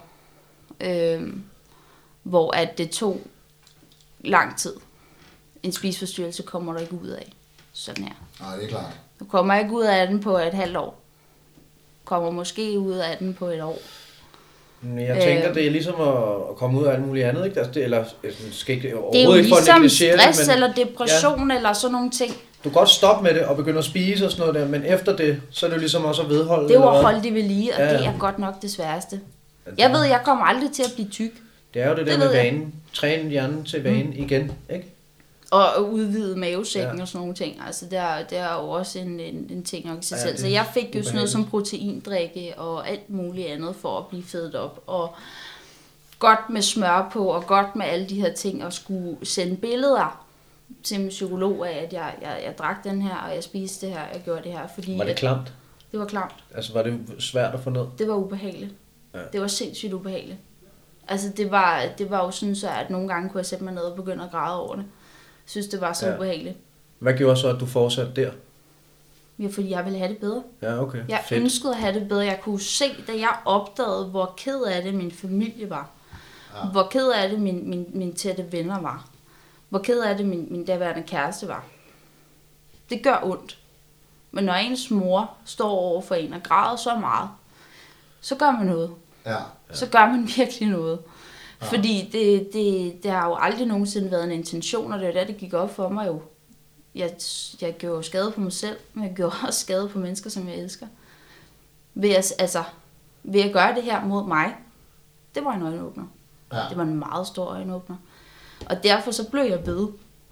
hvor at det tog lang tid. En spiseforstyrrelse kommer du ikke ud af. Sådan her. Nej, det er klart. Du kommer ikke ud af den på et halvt år. Du kommer måske ud af den på et år. Jeg tænker, det er ligesom at komme ud af alt muligt andet, ikke? Altså, eller skal ikke det er overhovedet jo ikke for ligesom stress men, eller depression eller sådan nogle ting. Du kan godt stoppe med det og begynde at spise og sådan noget der, men efter det, så er det jo ligesom også at vedholde. Det er jo at holde det ved lige, og det er godt nok det sværeste. Jeg ved, jeg kommer aldrig til at blive tyk. Det er jo det der med vanen. Træne hjernen til vanen igen, ikke? Og udvide mavesækken og sådan nogle ting. Altså, det er jo også en ting nok i sig selv. Så jeg fik jo sådan noget som proteindrikke og alt muligt andet for at blive fedt op. Og godt med smør på, og godt med alle de her ting, og skulle sende billeder til min psykolog af, at jeg drak den her, og jeg spiste det her, jeg gjorde det her. Fordi var det klamt? Det var klamt. Altså, var det svært at få ned? Det var ubehageligt. Ja. Det var sindssygt ubehageligt. Altså det var jo sådan så, at nogle gange kunne jeg sætte mig ned og begynde at græde over det. Jeg synes, det var så ubehageligt. Hvad gjorde så, at du fortsatte der? Ja, fordi jeg ville have det bedre. Ja, okay. Jeg ønskede at have det bedre. Jeg kunne se, da jeg opdagede, hvor ked af det min familie var. Ja. Hvor ked af det min tætte venner var. Hvor ked af det min daværende kæreste var. Det gør ondt. Men når ens mor står over for en og græder så meget, så gør man noget. Ja. Så gør man virkelig noget. Ja. Fordi det har jo aldrig nogensinde været en intention, og det er der, det gik op for mig jo. Jeg gjorde skade på mig selv, men jeg gjorde også skade på mennesker, som jeg elsker. Ved at gøre det her mod mig, det var en øjenåbner. Ja. Det var en meget stor øjenåbner. Og derfor så blev jeg ved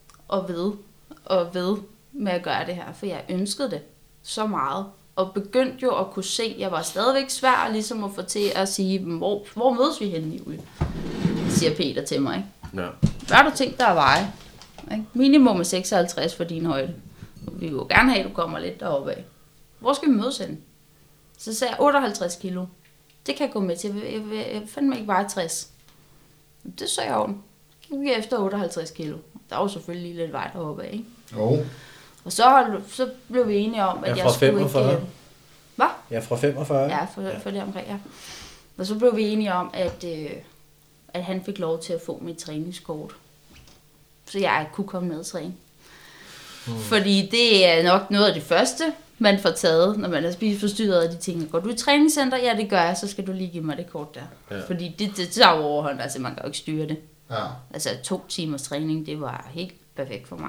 med at gøre det her, for jeg ønskede det så meget. Og begyndte jo at kunne se, at jeg var stadigvæk svær ligesom at få til at sige, hvor mødes vi henne, Julie? Siger Peter til mig. Ikke? Ja. Hvad har du tænkt dig at veje? Minimum er 56 for din højde. Vi vil jo gerne have, at du kommer lidt deroppe af. Hvor skal vi mødes henne? Så sagde jeg 58 kilo. Det kan jeg gå med til. Jeg fandt mig ikke veje 60. Det så jeg om. Så gik jeg efter 58 kilo. Der var jo selvfølgelig lidt vej deroppe af, ikke? Jo. Og så blev vi enige om, at jeg skulle 45. ikke... Hvad? Ja, fra 45. Ja, for det omkring, ja. Og så blev vi enige om, at han fik lov til at få mit træningskort. Så jeg kunne komme med og træne. Fordi det er nok noget af det første, man får taget, når man er spiseforstyrret, og de tænker, går du i træningscenter? Ja, det gør jeg, så skal du lige give mig det kort der. Ja. Fordi det tager jo overhånd, altså man kan jo ikke styre det. Ja. Altså 2 timers træning, det var helt perfekt for mig.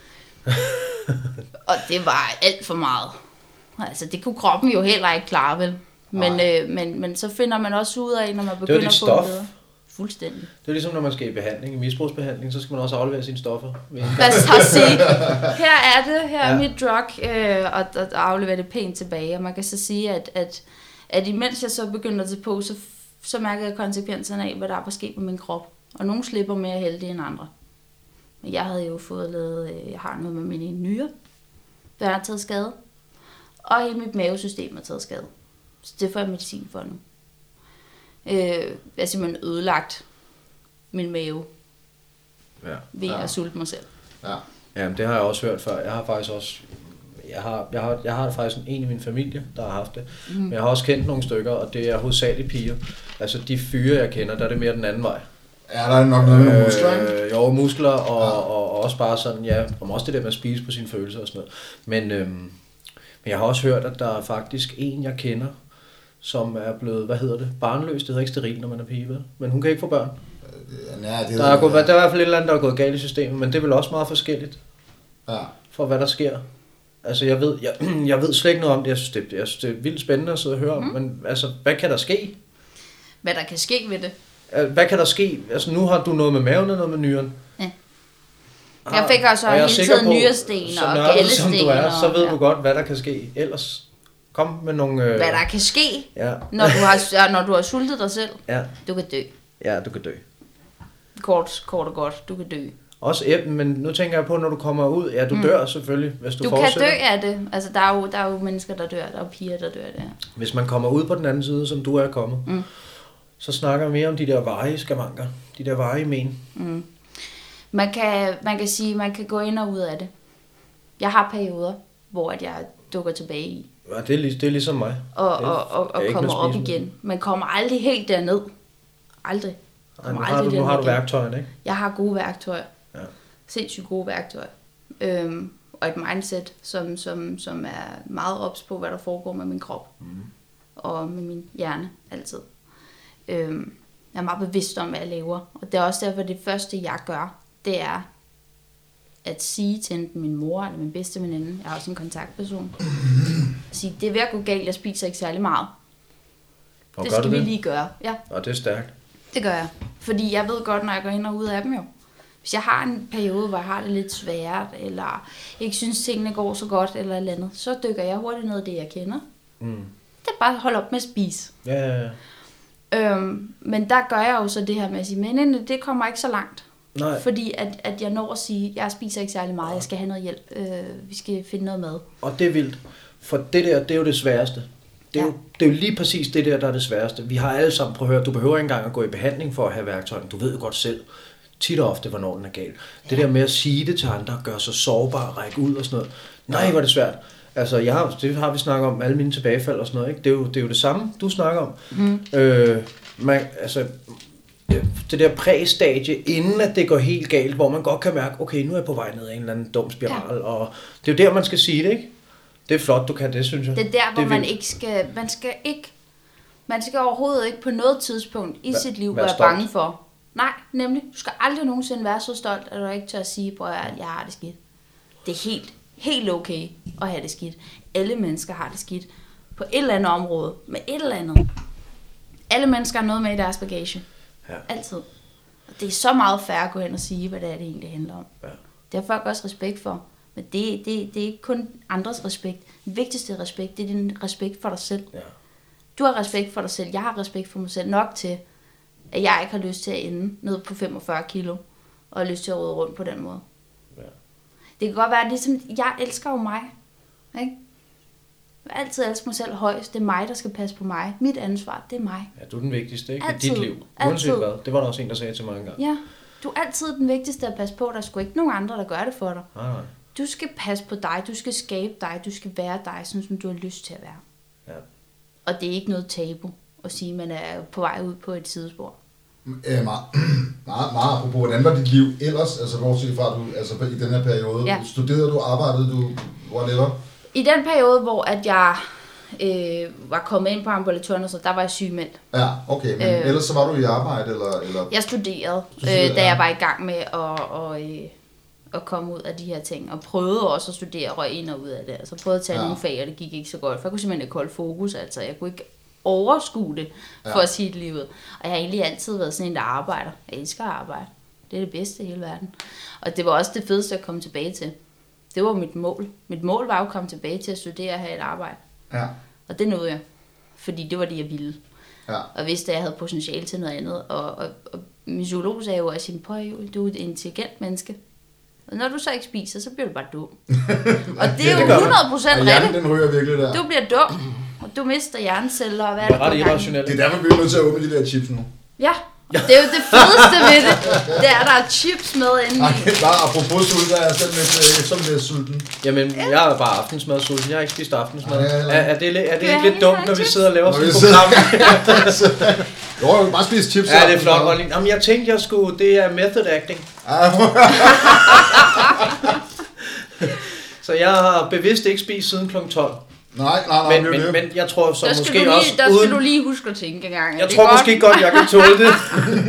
Og det var alt for meget. Altså det kunne kroppen jo heller ikke klare, vel? Men så finder man også ud af, når man begynder at få bedre. Fuldstændig. Det er ligesom, når man skal i behandling, i misbrugsbehandling, så skal man også aflevere sine stoffer. Lad os så sige, her er det, her er mit drug, og aflevere det pænt tilbage. Og man kan så sige, at imens jeg så begyndte at tage på, så mærkede jeg konsekvenserne af, hvad der var sket med min krop. Og nogle slipper mere heldige end andre. Men jeg havde jo fået lavet, jeg har noget med mine nyrer, der har taget skade. Og hele mit mavesystem har taget skade. Så det får jeg medicin for nu. Jeg har simpelthen ødelagt min mave ved at sulte mig selv. Ja. Jamen, det har jeg også hørt før. Jeg har faktisk også... Jeg har faktisk en i min familie, der har haft det. Men jeg har også kendt nogle stykker, og det er hovedsageligt piger. Altså de fyre, jeg kender, der er det mere den anden vej. Ja, der er nok noget med muskler, ikke? Jo, muskler, og også bare sådan, om også det der med at spise på sine følelser og sådan noget. Men jeg har også hørt, at der er faktisk en, jeg kender, som er blevet, barnløs. Det hedder ikke steril, når man er pige, vel? Men hun kan ikke få børn. Ja, der er i hvert fald et eller andet, der er gået galt i systemet, men det er vel også meget forskelligt for, hvad der sker. Altså, jeg ved slet ikke noget om det. Jeg synes, det er vildt spændende at sidde og høre om, men altså, hvad kan der ske? Hvad der kan ske ved det? Hvad kan der ske? Altså, nu har du noget med maven og noget med nyren. Ja. Jeg fik også hele tiden nyresten og gallesten. Så ved du godt, hvad der kan ske ellers. Kom med nogle... Hvad der kan ske, når du har sultet dig selv. Ja. Du kan dø. Ja, du kan dø. Kort og godt, du kan dø. Også, men nu tænker jeg på, når du kommer ud, du dør selvfølgelig, hvis du fortsætter. Du kan dø af det. Altså, der er jo mennesker, der dør. Der er jo piger, der dør af det her. Hvis man kommer ud på den anden side, som du er kommet, så snakker vi mere om de der varige skavanker. De der varige men. Man kan sige, man kan gå ind og ud af det. Jeg har perioder, hvor at jeg dukker tilbage i. Ja, det er ligesom mig. Og kommer op igen. Man kommer aldrig helt derned. Aldrig. Nu har du værktøjerne, ikke? Jeg har gode værktøjer. Ja. Sindssygt gode værktøjer. Og et mindset, som er meget ops på, hvad der foregår med min krop. Og med min hjerne, altid. Jeg er meget bevidst om, hvad jeg laver. Og det er også derfor, det første, jeg gør, det er at sige til enten min mor eller min bedste veninde, jeg har også en kontaktperson, at sige, det er ved at gå galt, jeg spiser ikke særlig meget. Og det skal vi lige gøre. Ja. Og det er stærkt. Det gør jeg. Fordi jeg ved godt, når jeg går ind og ud af dem jo. Hvis jeg har en periode, hvor jeg har det lidt svært, eller ikke synes, tingene går så godt, eller et eller andet, så dykker jeg hurtigt ned af det, jeg kender. Det er bare at holde op med at spise. Ja. Men der gør jeg jo så det her med at sige, men det kommer ikke så langt. Nej. Fordi at jeg når at sige, jeg spiser ikke særlig meget, jeg skal have noget hjælp, vi skal finde noget mad. Og det er vildt, for det der, det er jo det sværeste. Det er jo lige præcis det der er det sværeste. Vi har alle sammen, prøv at høre, du behøver ikke engang at gå i behandling for at have værktøjen. Du ved jo godt selv, tit og ofte, hvornår den er gal. Det der med at sige det til andre, gøre sig sårbar, række ud og sådan noget. Nej, hvor er det svært. Altså, det har vi snakket om, alle mine tilbagefald og sådan noget, ikke? Det er jo det samme, du snakker om. Det der præstadie, inden at det går helt galt, hvor man godt kan mærke, okay, nu er jeg på vej ned ad en eller anden dum spiral, og det er jo der, man skal sige det, ikke? Det er flot, du kan det, synes jeg. Det er der, hvor man ikke skal, man skal overhovedet ikke på noget tidspunkt i sit liv være bange for. Nej, nemlig, du skal aldrig nogensinde være så stolt, at du ikke tør at sige, at jeg har det skidt. Det er helt okay at have det skidt. Alle mennesker har det skidt på et eller andet område, med et eller andet. Alle mennesker har noget med i deres bagage. Ja. Altid. Og det er så meget fair at gå hen og sige, hvad det er, det egentlig handler om. Ja. Det har folk også respekt for. Men det er ikke kun andres respekt. Den vigtigste respekt, det er din respekt for dig selv. Ja. Du har respekt for dig selv. Jeg har respekt for mig selv nok til, at jeg ikke har lyst til at ende ned på 45 kilo. Og har lyst til at rode rundt på den måde. Ja. Det kan godt være, at ligesom, jeg elsker jo mig. Ikke? Jeg vil altid elske mig selv højst. Det er mig, der skal passe på mig. Mit ansvar, det er mig. Ja, du er den vigtigste, ikke? Altid. I dit liv. Uanset hvad. Det var der også en, der sagde til mig engang. Ja, du er altid den vigtigste at passe på. Der er sgu ikke nogen andre, der gør det for dig. Nej. Du skal passe på dig. Du skal skabe dig. Du skal være dig, sådan som du har lyst til at være. Ja. Og det er ikke noget tabu at sige, at man er på vej ud på et sidespor. Meget apropos, hvordan var dit liv ellers? Altså, bortset fra, du, i den her periode, ja. Studerede du, arbejdede du, whatever? I den periode, hvor at jeg var kommet ind på ambulatoriet, så der var jeg sygemeldt. Ja, okay, men ellers så var du i arbejde, eller? Jeg studerede, da jeg var i gang med at komme ud af de her ting, og prøvede også at studere, røg ind og ud af det. Altså prøvede at tage nogle fag, og det gik ikke så godt, for jeg kunne simpelthen ikke holde fokus, altså jeg kunne ikke overskue det, for at sige det lige ud. Og jeg har egentlig altid været sådan en, der arbejder. Jeg elsker at arbejde. Det er det bedste i hele verden. Og det var også det fedeste at komme tilbage til. Det var mit mål. Mit mål var jo at komme tilbage til at studere og have et arbejde. Ja. Og det nåede jeg. Fordi det var det, jeg ville. Ja. Og vidste, at jeg havde potentiale til noget andet. Og min psykolog sagde jo, at du er et intelligent menneske. Og når du så ikke spiser, så bliver du bare dum. Og det er jo 100% rigtigt. Den ryger virkelig der. Du bliver dum. Og du mister hjerneceller og hvad er det ret irrationelt. Det er derfor, vi er nødt til at åbne de der chips nu. Ja. Det er jo det fedeste ved det. Det er, der er chips med inde i. Bare apropos sulten, der er jeg selv lidt sulten. Jamen, jeg er bare aftensmad sulten. Jeg har ikke spist aftensmad. Er det ikke lidt dumt, når vi sidder og laver sådan et program? Jo, jeg bare spise chips. Ja, det er flot, Rolling. Jamen, jeg tænkte, det er method acting. Så jeg har bevidst ikke spist siden kl. 12. Nej. Men jeg tror så måske også... Der skal du lige huske at tænke en gang. Jeg tror måske godt, jeg kan tåle det.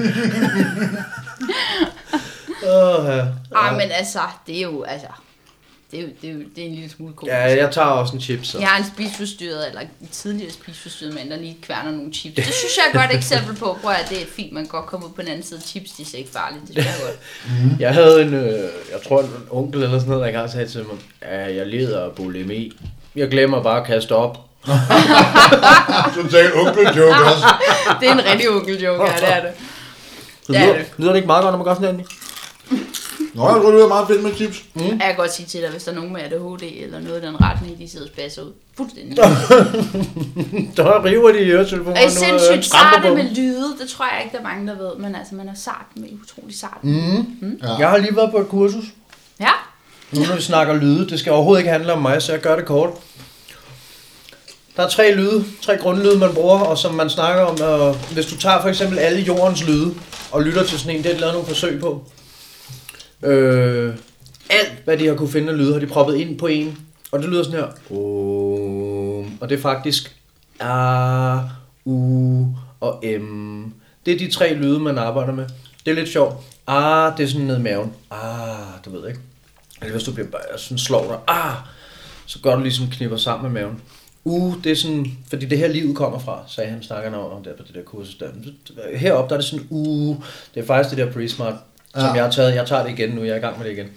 Men altså, det er jo... Det er en lille smule komisk. Ja, jeg tager også en chips. Så. Jeg har en spiseforstyrret, eller en tidligere spiseforstyrret mand, der lige kværner nogle chips. Det synes jeg er et godt eksempel på. Prøv at det er fint, man kan godt komme ud på den anden side. Chips, de er ikke farligt. Det synes jeg godt. Jeg havde jeg tror en onkel eller sådan noget, der engang sagde til mig, jeg lider af bulimi. Jeg glemmer bare at kaste op. Totalt onkel-joke også. Det er en rigtig onkel-joke, ja, det er det. Lyder det ikke meget godt, når man gør sådan en? Nå, jeg tror, det er meget fedt med chips. Jeg kan godt sige til dig, hvis der er nogen med ADHD eller noget i den retning, de sidder og spasser ud. Fuldstændig. Der river de i øretelefoner. Og I sindssygt sarte med lyde, det tror jeg ikke, der er mange, der ved. Men altså, man er sart med utrolig sart. Ja. Jeg har lige været på et kursus. Ja. Nu når vi snakker lyde, det skal overhovedet ikke handle om mig, så jeg gør det kort. Der er 3 grundlyde, man bruger, og som man snakker om. Hvis du tager for eksempel alle jordens lyde, og lytter til sådan en, det er lavet nogle forsøg på. Alt, hvad de har kunne finde af lyde, har de proppet ind på en. Og det lyder sådan her. Og det er faktisk A, U og M. Det er de 3 lyde, man arbejder med. Det er lidt sjovt. A, det er sådan ned i maven. Du ved ikke. Eller hvis du bliver sådan slår dig. Så gør du ligesom knipper sammen med maven. Det er sådan, fordi det her livet kommer fra, sagde han, snakker om der på det der kursus der. Heroppe, der er det sådan, det er faktisk det der pre-smart, som jeg har taget. Jeg tager det igen nu, jeg er i gang med det igen.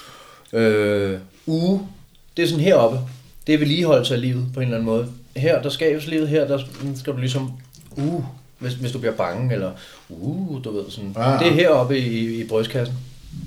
Det er sådan heroppe. Det er vedligeholdelse af livet på en eller anden måde. Her, der skabes livet, her, der skal du ligesom, hvis du bliver bange, eller du ved sådan. Det er heroppe i brystkassen.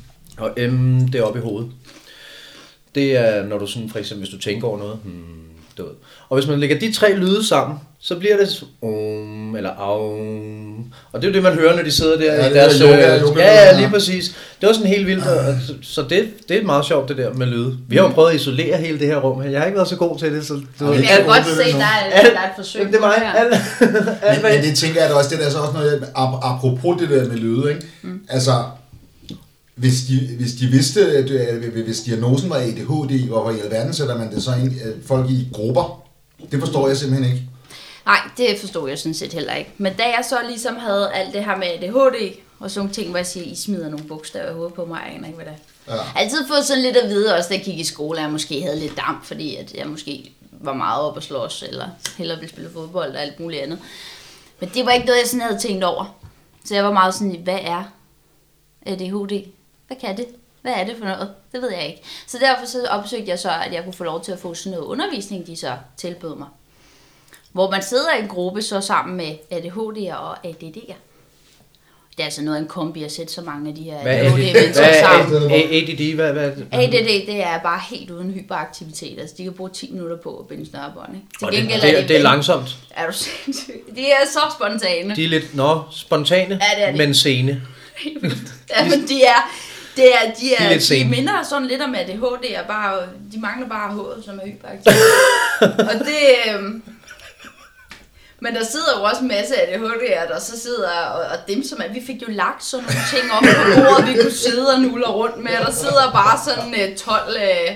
Og det er oppe i hovedet. Det er, når du sådan, for eksempel, hvis du tænker over noget, Og hvis man lægger de 3 lyde sammen, så bliver det eller og det er jo det, man hører, når de sidder der i deres... Ja, lige præcis. Det var sådan helt vildt, så det er meget sjovt, det der med lyde. Vi har jo prøvet at isolere hele det her rum her. Jeg har ikke været så god til det, så... Jeg kan godt se, der er et forsøg på det her. Men det tænker jeg da også, det er så også noget, apropos det der med lyde, ikke? Altså... Hvis de vidste, hvis diagnosen var ADHD, hvorfor i alverden sætter man det så ind, folk i grupper? Det forstår jeg simpelthen ikke. Nej, det forstår jeg sådan set heller ikke. Men da jeg så ligesom havde alt det her med ADHD, og sådan nogle ting, hvor jeg siger, I smider nogle bogstaver i hovedet på mig, jeg aner ikke, hvad det er. Jeg har altid fået sådan lidt at vide, også da jeg gik i skole, at jeg måske havde lidt damp, fordi at jeg måske var meget op at slås, eller hellere ville spille fodbold og alt muligt andet. Men det var ikke noget, jeg sådan havde tænkt over. Så jeg var meget sådan, hvad er ADHD? Hvad kan det? Hvad er det for noget? Det ved jeg ikke. Så derfor så opsøgte jeg så, at jeg kunne få lov til at få sådan noget undervisning, de så tilbød mig. Hvor man sidder i en gruppe så sammen med ADHD'er og ADD'er. Det er altså noget af en kombi at sætte så mange af de her ADHD-mennesker sammen. ADD, hvad er det? ADD, det er bare helt uden hyperaktivitet. Altså, de kan bruge 10 minutter på at binde snørebånd, ikke? Til gengæld det er langsomt. Er du sindssygt? De er så spontane. De er lidt, spontane, ja, men sene. Ja, men de minder sådan lidt om ADHD, de mangler bare H'et, som er hyperaktiv. Og det... Men der sidder jo også en masse ADHD'er, der så sidder og dem som vi fik jo lagt sådan nogle ting op på bordet, vi kunne sidde og nulle rundt med, og der sidder bare sådan 12...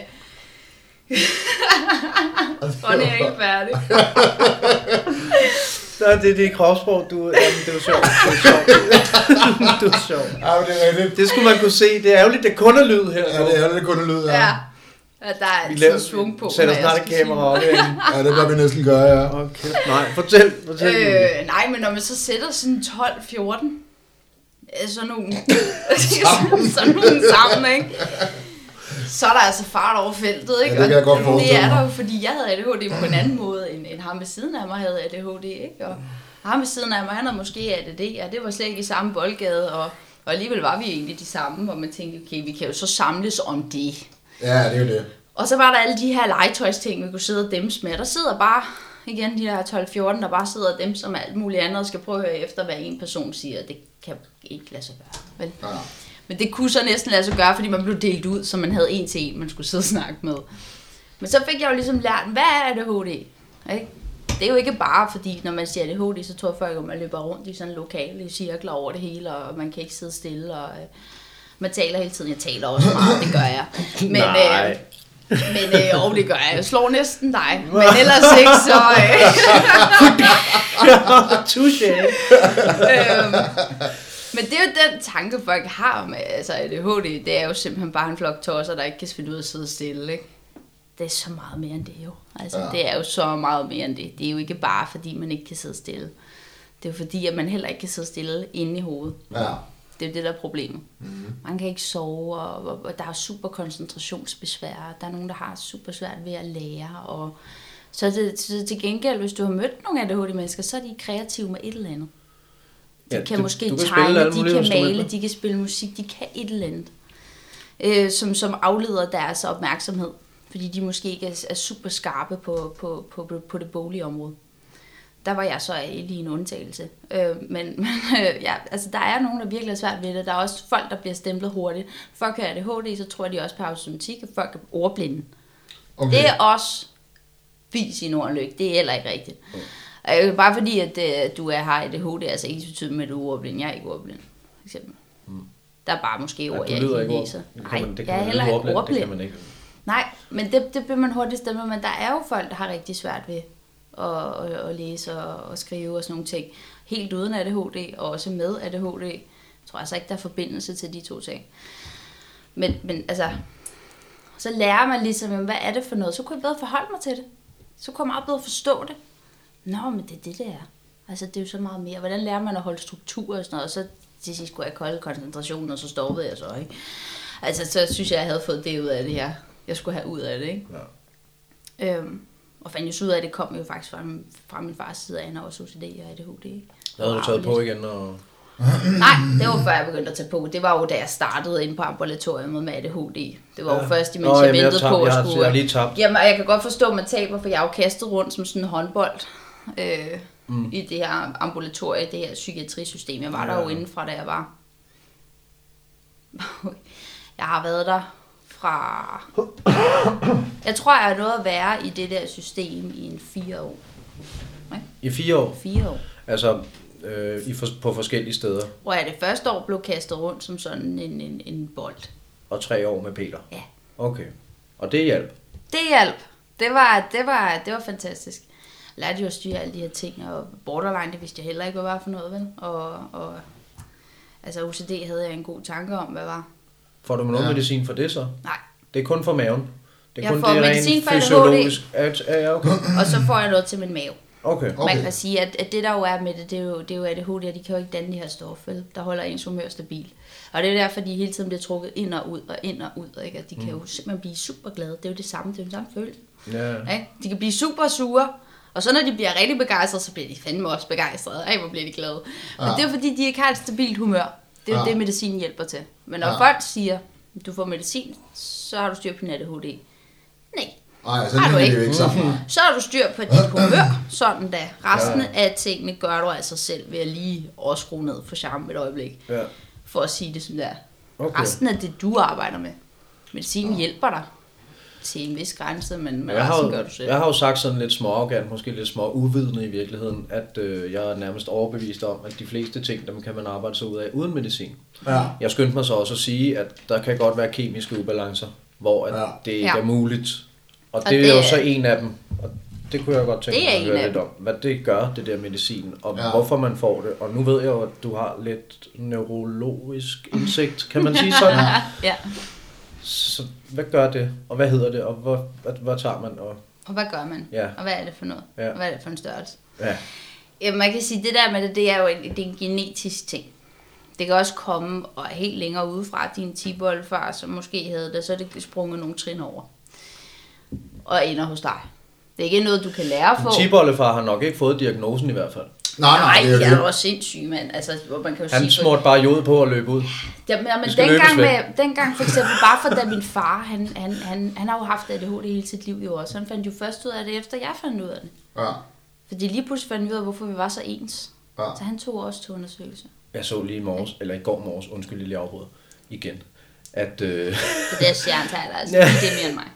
Ronny er ikke færdig. Det er kropssprog, det er jo sjovt. Du er sjov. Ja, det er rigtigt. Det skulle man kunne se. Det er ærgerligt, det kun er lyd her. Ja, det er ærgerligt, det kun er lyd, ja. Ja, der er altid svung på. Vi sætter snart et kamera op herinde. Ja, det bør vi næsten gøre, ja. Okay. Nej, fortæl. Nej, men når man så sætter sådan 12-14, sådan nogle sammen, ikke? Så er der altså fart over feltet, ikke? Ja, det kan jeg godt forestille mig. Det er der jo, fordi jeg havde ADHD på en anden måde, end ham ved siden af mig havde ADHD, ikke? Og ham ved siden af mig, han havde måske ADD, og det var slet ikke i samme boldgade, og alligevel var vi egentlig de samme, hvor man tænkte, okay, vi kan jo så samles om det. Ja, det er jo det. Og så var der alle de her legetøjsting, vi kunne sidde og dæmmes med. Der sidder bare, igen, de der 12-14, der bare sidder dem som alt muligt andet, og skal prøve at høre efter, hvad en person siger. Det kan ikke lade sig gøre, vel? Ja. Men det kunne så næsten lade sig gøre, fordi man blev delt ud, så man havde en til en, man skulle sidde og snakke med. Men så fik jeg jo ligesom lært, hvad er ADHD? Ikke? Det er jo ikke bare, fordi når man siger ADHD, så tror folk, at man løber rundt i sådan lokale cirkler over det hele, og man kan ikke sidde stille, og man taler hele tiden. Jeg taler også meget, det gør jeg. Men, det gør jeg. Jeg slår næsten dig, men ellers ikke, så... Touché. Men det er jo den tanke, folk har om altså ADHD. Det er jo simpelthen bare en flok tosser, der ikke kan finde ud af at sidde stille, ikke? Det er så meget mere end det jo. Altså, det er jo så meget mere end det. Det er jo ikke bare, fordi man ikke kan sidde stille. Det er jo fordi, at man heller ikke kan sidde stille inde i hovedet. Ja. Det er jo det, der er problemet. Mm-hmm. Man kan ikke sove, og der er super koncentrationsbesvær. Der er nogen, der har super svært ved at lære. Og så til gengæld, hvis du har mødt nogle ADHD-mennesker, så er de kreative med et eller andet. De kan måske tegne, de kan male, de kan spille musik, de kan et eller andet, som afleder deres opmærksomhed. Fordi de måske ikke er super skarpe på det boglige område. Der var jeg så lige en undtagelse. Men altså, der er nogen, der virkelig er svært ved det. Der er også folk, der bliver stemplet hurtigt. Folk har ADHD, så tror de også på automatik, og folk er ordblinde. Okay. Det er også vis i Nordlyk. Det er heller ikke rigtigt. Okay. Bare fordi, at du har ADHD, altså ikke betyder med, at du er ordblind. Jeg er ikke ordblind, for eksempel. Der er bare måske ord, jeg ikke læser. Nej, jeg er heller ikke ordblind. Det kan man ikke. Nej, men det bliver man hurtigt stemplet. Men der er jo folk, der har rigtig svært ved at læse og skrive og sådan nogle ting. Helt uden ADHD, og også med ADHD. Jeg tror altså ikke, der er forbindelse til de to ting. Men altså, så lærer man ligesom, hvad er det for noget? Så kunne jeg bedre forholde mig til det. Så kunne jeg meget bedre forstå det. Nå, men det er det, det er. Altså, det er jo så meget mere. Hvordan lærer man at holde struktur og sådan noget? Og så til sidst skulle jeg kolde koncentrationen, og så stoppede jeg så, ikke? Altså, så synes jeg havde fået det ud af det her. Jeg skulle have ud af det, ikke? Ja. Og fandt jo så ud af, at det kom jo faktisk fra min fars side af, når jeg var OCD og ADHD. Der havde du taget på igen og... Nej, det var før jeg begyndte at tage på. Det var jo da jeg startede inde på ambulatoriet med ADHD. Det var jo først, imens jeg ventede på at skulle... Jeg har lige tabt. Jamen, jeg kan godt forstå, at man taber, for jeg har jo kastet rundt som sådan en håndbold i det her ambulatorie, det her psykiatrisystem. Jeg var der jo indenfra, da jeg var... Jeg har været der fra... Jeg tror, jeg er nået at være i det der system i 4 år. Okay? I 4 år? 4 år. Altså på forskellige steder? Hvor jeg det første år blev kastet rundt som sådan en bold. Og 3 år med Peter? Ja. Okay. Og det hjalp? Det hjalp. Det var fantastisk. Jeg lærte jo at styre alle de her ting, og borderline, det vidste jeg heller ikke, hvad var for noget, vel? Og altså OCD havde jeg en god tanke om, hvad var. Får du med noget medicin for det så? Nej. Det er kun for maven? Det er jeg kun får det medicin for fysiologisk. ADHD, okay. og så får jeg noget til min mave. Okay. Man kan sige, at det der jo er med det er jo ADHD, og de kan jo ikke danne de her stoffer, der holder ens humør stabil. Og det er derfor, de hele tiden bliver trukket ind og ud og ind og ud, ikke? At de kan jo simpelthen blive super glade. Det er jo det er jo den samme følelse. Ja. Ikke? De kan blive super sure, og så når de bliver rigtig begejstrede, så bliver de fandme også begejstrede. Ej, hvor bliver de glade. Og det er jo fordi, de ikke har et stabilt humør. Det er jo det, medicinen hjælper til. Men når folk siger, du får medicin, så har du styr på din ADHD. Nej. Nej, så er det ikke sammen. Så har du styr på dit humør, sådan da. Resten af tingene gør du altså selv ved at lige skrue ned for charmen et øjeblik. Ja. For at sige det som det er. Okay. Resten af det, du arbejder med. Medicinen hjælper dig til en vis grænse, men resten gør du selv. Jeg har jo sagt sådan lidt småarrogant, måske lidt små uvidende i virkeligheden, at jeg er nærmest overbevist om, at de fleste ting, dem kan man arbejde sig ud af uden medicin. Ja. Jeg skyndte mig så også at sige, at der kan godt være kemiske ubalancer, hvor at det ikke er muligt. Og det er jo så en af dem, og det kunne jeg godt tænke mig at høre lidt om, hvad det gør, det der medicin, og hvorfor man får det. Og nu ved jeg jo, at du har lidt neurologisk indsigt, kan man sige sådan? Ja. Så hvad gør det, og hvad hedder det, og hvad tager man? Og hvad gør man? Ja. Og hvad er det for noget? Ja. Og hvad er det for en størrelse? Ja. Ja, man kan sige, det der med det er jo en genetisk ting. Det kan også komme og helt længere udefra din tipoldefar, som måske havde det, så er det sprunget nogle trin over. Og ender hos dig. Det er ikke noget, du kan lære at få. Tipoldefar har nok ikke fået diagnosen i hvert fald. Nej, jeg er også sindssyg, mand. Altså, man kan jo han smurte bare jod på at løbe ud. Ja, men dengang for eksempel, bare for da min far, han har jo haft ADHD hele sit liv jo også. Han fandt jo først ud af det, efter jeg fandt ud af det. Ja. Fordi lige pludselig fandt vi ud af, hvorfor vi var så ens. Ja. Så han tog også til undersøgelse. Jeg så lige i morges, eller i går morges, undskyld lige afbryder igen, at... Det der stjernetaler, altså, det er mere end mig.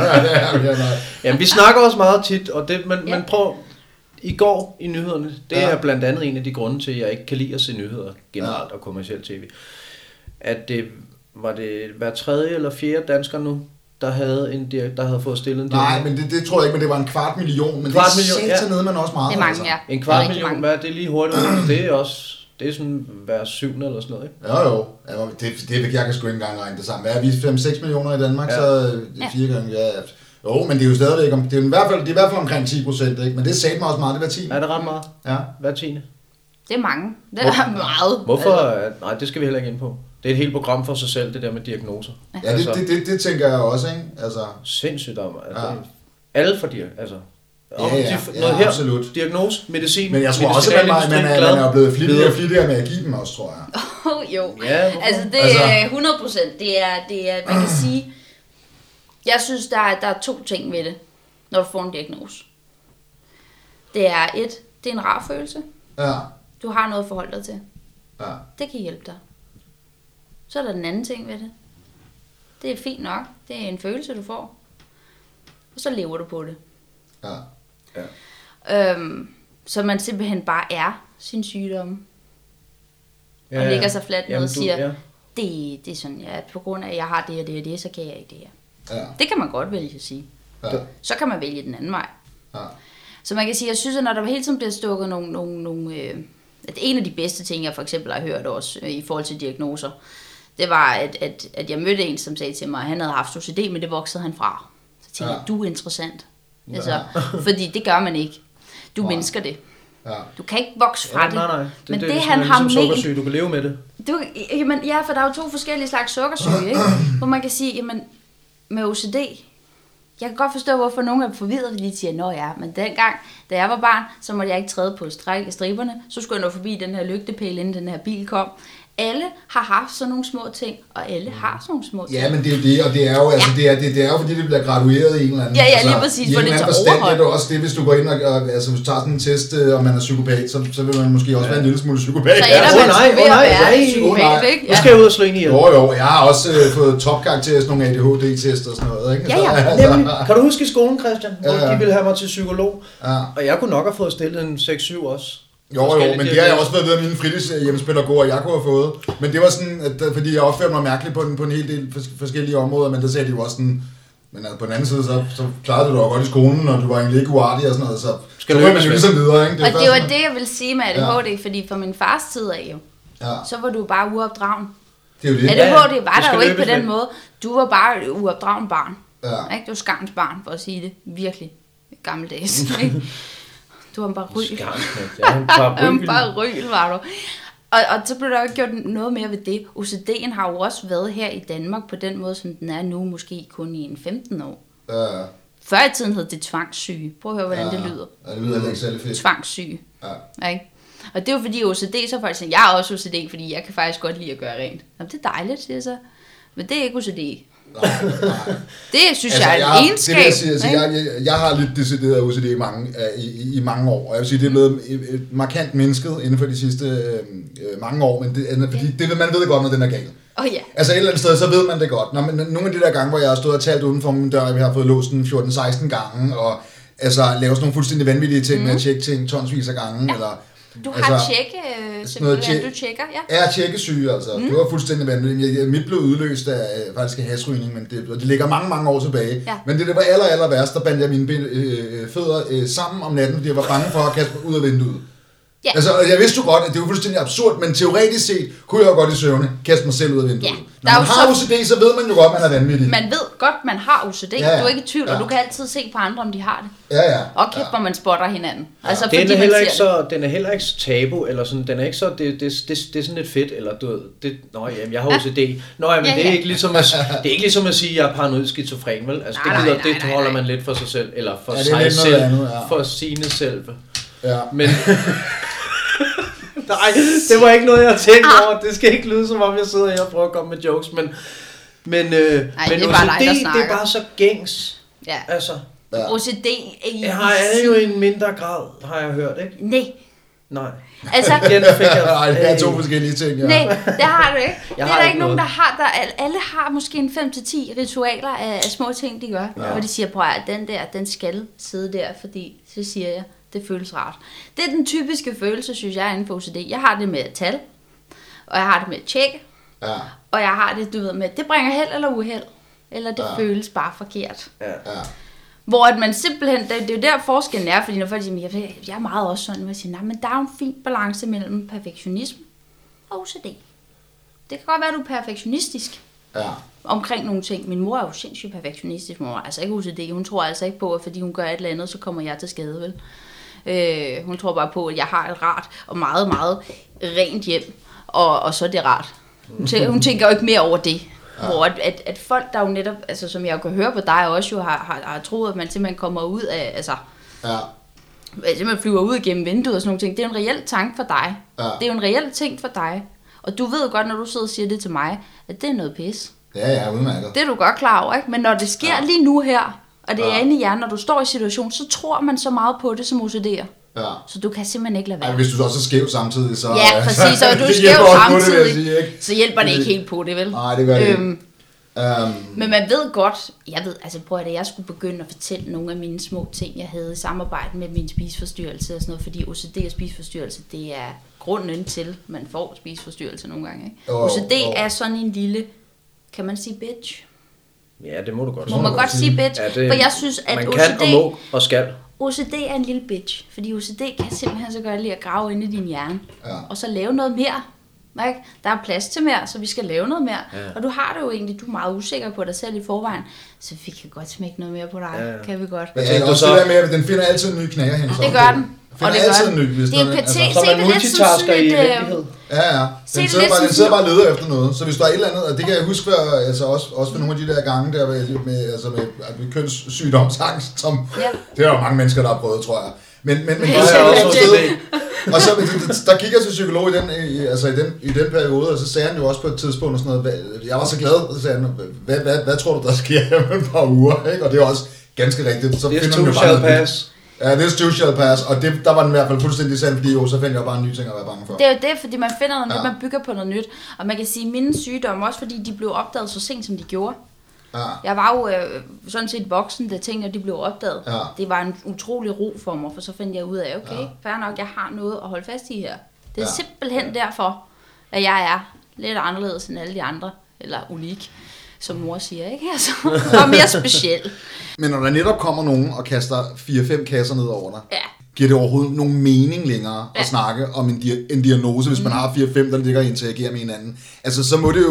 Jamen, vi snakker også meget tit, og det, men prøv... I går i nyhederne, det er blandt andet en af de grunde til, at jeg ikke kan lide at se nyheder generelt og kommercielt tv. At det var det hver 3. eller 4. dansker nu, der havde fået stillet en diagnose. Nej, men det tror jeg ikke, men det var en 250.000, men det er så nede man også meget. Det er mange, ja. En 250.000, hvad er det lige hurtigt? Det er også, det er sådan hver 7. eller sådan noget, ikke? Jo. Jeg kan sgu ikke engang regne det sammen. Hvad er vi? 5-6 millioner i Danmark, så 4 gange, Jo, men det er jo stadigvæk, det er i hvert fald omkring 10%, ikke? Men det sagde mig også meget, det var 10. Er det ret meget? Ja. Hvad 10? Det er mange. Det er meget. Hvorfor? Nej, det skal vi heller ikke ind på. Det er et helt program for sig selv, det der med diagnoser. Ja, det tænker jeg også, ikke? Altså... Sindssygt om. Altså, alle for altså... noget her, absolut. Diagnose, medicin. Men jeg tror også, at man er blevet flittigere med at give dem også, tror jeg. Jo. Ja, altså det er 100%. Det er, man kan sige... Jeg synes, der er 2 ting ved det, når du får en diagnose. Det er det er en rar følelse. Ja. Du har noget at forholde dig til. Ja. Det kan hjælpe dig. Så er der den anden ting ved det. Det er fint nok. Det er en følelse, du får. Og så lever du på det. Ja. Så man simpelthen bare er sin sygdom. Og lægger sig fladt ned og siger, det er sådan, på grund af, at jeg har det og det og det, så kan jeg ikke det her. Ja. Det kan man godt vælge at sige. Ja. Så kan man vælge den anden vej. Ja. Så man kan sige, jeg synes, at når der hele tiden bliver stukket nogle at en af de bedste ting, jeg for eksempel har hørt også i forhold til diagnoser, det var, at jeg mødte en, som sagde til mig, at han havde haft OCD, men det voksede han fra. Så tænkte jeg, du er interessant. Ja. Altså, fordi det gør man ikke. Du mennesker det. Ja. Du kan ikke vokse fra det. Nej. Men det han har ligesom sukkersyge, du kan leve med det. For der er jo 2 forskellige slags sukkersyge, ikke? Hvor man kan sige, jamen, med OCD, Jeg kan godt forstå, hvorfor nogen er forvirret, fordi de siger, nå ja, men dengang, da jeg var barn, så måtte jeg ikke træde på striberne, så skulle jeg nå forbi den her lygtepæl, inden den her bil kom. Alle har haft sådan nogle små ting, og alle har sådan nogle små ting. Ja, men det er jo det, og det er jo, altså, det er jo fordi, det bliver gradueret i en eller anden... Ja, lige præcis, i for en det eller anden tager forstand, overhånd. det er også det, hvis du går ind og altså, hvis du tager sådan en test, og man er psykopat, så vil man måske også være en lille smule psykopat. Så ender man ved at være en psykopat, ikke? Nu skal jeg ud og slå ind i hjælp. Jo, jeg har også fået topkarakterer til nogle ADHD-tester og sådan noget, ikke? Ja. Nemlig, kan du huske i skolen, Christian, hvor de ville have mig til psykolog? Ja. Og jeg kunne nok have fået stillet en 6-7 også. Jo, men det har jeg også været ved af mine fritidshjemmespædagoger, jeg kunne have fået. Men det var sådan, at, fordi jeg opførte mig mærkeligt på en hel del forskellige områder, men der sagde de jo også sådan, men altså, på den anden side, så klarede du dig godt i skolen, og du var egentlig ikke uartig og sådan noget, så var man jo ligesom videre, ikke? Og det var det, jeg ville sige med ADHD, fordi for min fars tid af jo, så var du bare uopdragen. Det er jo det. ADHD var der jo ikke på den måde. Du var bare et uopdragen barn. Ja. Ikke? Du var skams barn, for at sige det. Virkelig gammeldags. Ikke? Du var bare ryl. Bare ryl var du. Og så blev der jo ikke gjort noget mere ved det. OCD'en har jo også været her i Danmark på den måde, som den er nu, måske kun i en 15 år. Ja. Før i tiden hed det tvangssyge. Prøv at høre, hvordan det lyder. Ja, det lyder ikke særlig fedt. Tvangssyge. Ja. Ikke? Og det er jo fordi OCD, så folk siger, jeg er også OCD, fordi jeg kan faktisk godt lide at gøre rent. Jamen, det er dejligt, siger jeg så. Men det er ikke OCD. Nej. Det synes jeg er en egenskab. Jeg har lidt decideret OCD i mange år, og jeg vil sige, det er blevet markant mindsket inden for de sidste mange år, men man ved godt, når den er gal. Ja. Altså et eller andet sted, så ved man det godt. Men nogle af de der gange, hvor jeg har stået og talt uden for min dør, vi har fået låst den 14-16 gange, og altså lave sådan nogle fuldstændig vanvittige ting med at tjekke ting tonsvis af gange, eller... Du har selvfølgelig, du tjekker, ja. Er tjekkesyge, altså. Det var fuldstændig vanvittigt. Mit blev udløst af faktisk af hasrygning, men det ligger mange år tilbage. Ja. Men det var aller værst, der bandt jeg mine fødder sammen om natten, fordi jeg var bange for at kaste mig ud af vinduet. Ja. Altså, jeg vidste jo godt, at det var fuldstændig absurd, men teoretisk set kunne jeg jo godt i søvne kaste mig selv ud af vinduet. Ja. Når man har OCD, så ved man jo godt, man er vanvittig. Man ved godt, man har OCD. Ja. Du er ikke i tvivl, og du kan altid se på andre, om de har det. Ja. Og kæft, hvor man spotter hinanden. Ja. Altså, den er heller ikke så tabu, eller sådan, den er ikke så, det er sådan lidt fedt, eller du ved, jeg har OCD. Det er ikke ligesom at sige, at jeg er paranoid skizofren, vel? Altså, det holder man lidt for sig selv, eller for sig selv, for sine selv. Ja. Men... Nej, det var ikke noget, jeg tænkte over. Det skal ikke lyde, som om jeg sidder her og prøver at komme med jokes, men det er bare dig, der snakker. Det er bare så gængs. Ja. Altså, OCD jeg har jo i en mindre grad, har jeg hørt, ikke? Nej. Altså, nej, det er to forskellige ting, ja. Nej, det har du ikke. Det er der ikke nogen, der har. Alle har måske en 5-10 ritualer af små ting, de gør. Ja. Hvor de siger, prøv at den skal sidde der, fordi så siger jeg, det føles rart. Det er den typiske følelse, synes jeg, inden for OCD. Jeg har det med tal, og jeg har det med at tjekke, og jeg har det, du ved, med, det bringer held eller uheld, eller det føles bare forkert. Ja. Hvor at man simpelthen, det er jo der forskellen er, fordi når folk siger, jeg er meget også sådan, hvor jeg siger, nej, men der er jo en fin balance mellem perfektionisme og OCD. Det kan godt være, at du er perfektionistisk omkring nogle ting. Min mor er jo sindssygt perfektionistisk, mor er altså ikke OCD. Hun tror altså ikke på, at fordi hun gør et eller andet, så kommer jeg til skade, vel? Hun tror bare på, at jeg har et rart og meget, meget rent hjem, og så er det rart. Hun tænker jo ikke mere over det. Ja. Hvor at folk, der jo netop, altså som jeg kan høre på dig også jo, har troet, at man simpelthen kommer ud af, altså simpelthen flyver ud gennem vinduet og sådan nogle ting. Det er jo en reel tanke for dig. Ja. Det er jo en reel ting for dig. Og du ved godt, når du sidder og siger det til mig, at det er noget pis. Ja, udmærket. Det er du godt klar over, ikke? Men når det sker lige nu her, og det er inde i hjernen, når du står i situationen, så tror man så meget på det som OCD'er. Ja. Så du kan simpeltmen ikke lade være. Ja, hvis du også er skæv samtidig, så... Ja, præcis, og du er skæv samtidig, så hjælper det ikke helt på det, vel? Nej, det gør det ikke. Men man ved godt, prøv at jeg skulle begynde at fortælle nogle af mine små ting, jeg havde i samarbejde med min spiseforstyrrelse og sådan noget, fordi OCD og spiseforstyrrelse, det er grunden til, man får spiseforstyrrelse nogle gange, ikke? OCD er sådan en lille, kan man sige bitch? Ja, det må du godt. Må man godt sige bitch? Ja, for jeg synes, at man kan og må og skal. OCD er en lille bitch, fordi OCD kan simpelthen så godt lide at grave ind i din hjerne, og så lave noget mere. Ikke? Der er plads til mere, så vi skal lave noget mere. Ja. Og du har det jo egentlig, du er meget usikker på dig selv i forvejen, så vi kan godt smække noget mere på dig, kan vi godt. Men det er også det der med, at den finder altid nye knager hen. Det gør den. er altid ny, hvis det er noget, PT, så man multitasker i elendighed. Ja. Den sidder bare og leder efter noget. Så hvis der er et eller andet, og det kan jeg huske, altså også for nogle af de der gange der med kønssygdomsangst, som det er jo mange mennesker, der har prøvet, tror jeg. Men og så der gik jeg til psykolog i den periode, og så sagde han jo også på et tidspunkt og sådan noget, jeg var så glad, og så sagde han, hvad tror du, der sker om et par uger, ikke? Og det er også ganske rigtigt. Så This too shall pass. Ja, this too shall pass, og der var den i hvert fald fuldstændig sand, fordi så fandt jeg bare en ny ting at være bange for. Det er jo det, fordi man finder noget nyt, man bygger på noget nyt, og man kan sige, mine sygdomme, også fordi de blev opdaget så sent, som de gjorde. Ja. Jeg var jo sådan set voksen, da tingene de blev opdaget. Ja. Det var en utrolig ro for mig, for så fandt jeg ud af, okay, fair nok, jeg har noget at holde fast i her. Det er simpelthen derfor, at jeg er lidt anderledes end alle de andre, eller unik, som mor siger, ikke? Altså, og mere speciel. Men når der netop kommer nogen og kaster 4-5 kasser ned over dig, giver det overhovedet nogen mening længere at snakke om en diagnose, hvis man har 4-5, der ligger og interagerer med hinanden? Altså,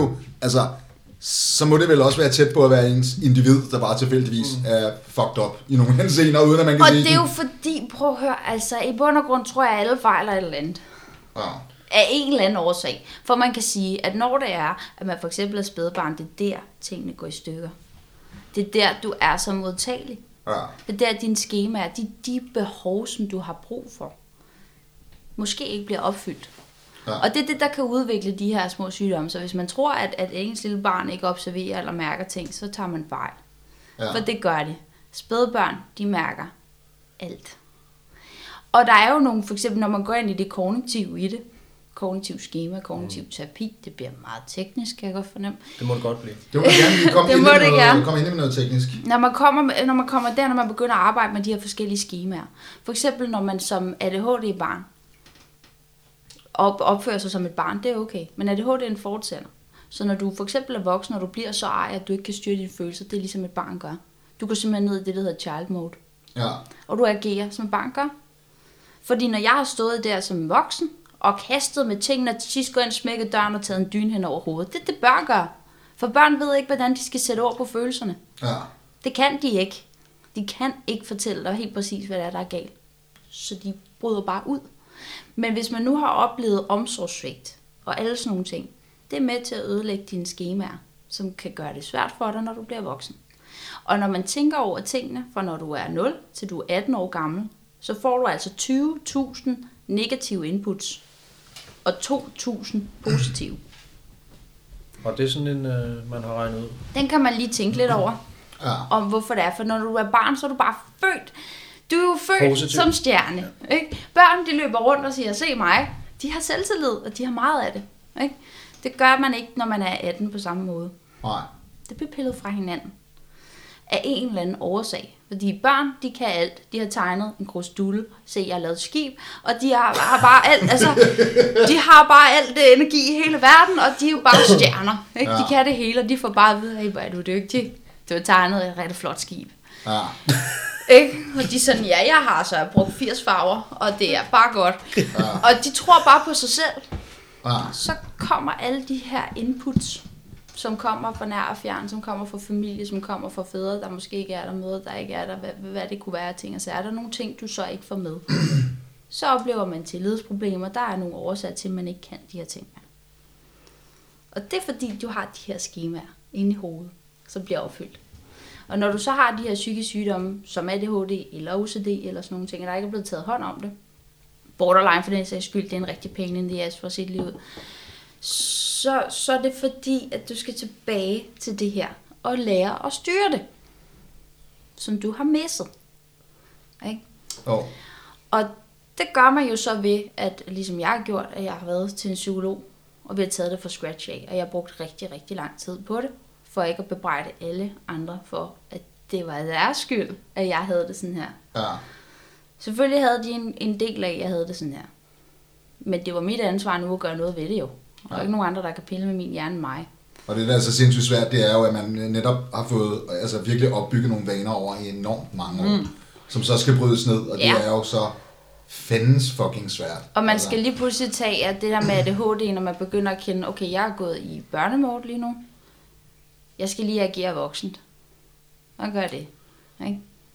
så må det vel også være tæt på at være en individ, der bare tilfældigvis er fucked up i nogle henseender, uden at man kan sige. Og det er jo fordi, prøv at høre, altså i bund og grund tror jeg, at alle fejler et eller andet. Ja. Af en eller anden årsag. For man kan sige, at når det er, at man for eksempel er spædbarn, det er der, tingene går i stykker. Det er der, du er så modtagelig. Ja. Det er der, dine skemaer, de behov, som du har brug for, måske ikke bliver opfyldt. Ja. Og det er det, der kan udvikle de her små sygdomme. Så hvis man tror, at ens lille barn ikke observerer eller mærker ting, så tager man fejl. Ja. For det gør de. Spædbørn, de mærker alt. Og der er jo nogle, for eksempel når man går ind i det kognitive i det, kognitiv skema, kognitiv terapi, det bliver meget teknisk, kan jeg godt fornemme. Det må det godt blive. Det må gerne komme ind med noget teknisk. Når man kommer der, når man begynder at arbejde med de her forskellige skemaer. For eksempel når man som ADHD-barn opfører sig som et barn, det er okay. Men ADHD er en fortsætter. Så når du for eksempel er voksen, og du bliver så ej, at du ikke kan styre dine følelser, det er ligesom et barn gør. Du går simpelthen ned i det, der hedder child mode. Ja. Og du agerer, som et barn gør. Fordi når jeg har stået der som voksen, og kastet med tingene, og til sidst går ind, smækket døren og taget en dyne hen over hovedet, det børn gør. For børn ved ikke, hvordan de skal sætte ord på følelserne. Ja. Det kan de ikke. De kan ikke fortælle dig helt præcis, hvad det er galt. Så de bryder bare ud. Men hvis man nu har oplevet omsorgssvigt og alle sådan nogle ting, det er med til at ødelægge dine skemaer, som kan gøre det svært for dig, når du bliver voksen. Og når man tænker over tingene, fra når du er 0 til du er 18 år gammel, så får du altså 20.000 negative inputs og 2.000 positive. Og det er sådan en, man har regnet ud? Den kan man lige tænke lidt over, om hvorfor det er. For når du er barn, så er du bare født. Du er jo født positiv som stjerne. Ikke? Børn, de løber rundt og siger, se mig. De har selvtillid, og de har meget af det. Ikke? Det gør man ikke, når man er 18 på samme måde. Nej. Det bliver pillet fra hinanden. Af en eller anden årsag. Fordi børn, de kan alt. De har tegnet en krusdulle. Se, jeg har lavet skib. Og de har bare alt, altså, de har bare alt det energi i hele verden, og de er jo bare stjerner. Ikke? Ja. De kan det hele, og de får bare at vide, hey, hvor er du dygtig. Det var tegnet et rigtig flot skib. Ja. Ikke? Og de er sådan, ja, jeg har så brugt 80 farver, og det er bare godt. Ja. Og de tror bare på sig selv. Ja. Så kommer alle de her inputs, som kommer fra nær og fjern, som kommer fra familie, som kommer fra fædre, der måske ikke er der, mødre, der ikke er der, hvad det kunne være ting. Altså er der nogle ting, du så ikke får med, så oplever man tillidsproblemer. Der er nogle årsager til, at man ikke kan de her ting. Og det er fordi, du har de her skemaer inde i hovedet, som bliver opfyldt. Og når du så har de her psykiske sygdomme, som ADHD eller OCD eller sådan nogle ting, og der ikke er blevet taget hånd om det, borderline for den sags skyld, det er en rigtig pain in the ass for sit liv ud, så er det fordi, at du skal tilbage til det her og lære at styre det, som du har misset. Ikke? Oh. Og det gør man jo så ved, at ligesom jeg har gjort, at jeg har været til en psykolog, og vi har taget det fra scratch af, og jeg har brugt rigtig, rigtig lang tid på det, for ikke at bebrejde alle andre for, at det var deres skyld, at jeg havde det sådan her. Ja. Selvfølgelig havde de en del af, at jeg havde det sådan her. Men det var mit ansvar nu at gøre noget ved det jo. Og der er ikke nogen andre, der kan pille med min hjerne end mig. Og det, der er så sindssygt svært, det er jo, at man netop har fået virkelig opbygget nogle vaner over i enormt mange år, som så skal brydes ned, og det er jo så fandens fucking svært. Og man skal lige pludselig tage, at det der med ADHD, når man begynder at kende, okay, jeg er gået i børnemode lige nu, jeg skal lige agere voksent. Og gør det. Ikke?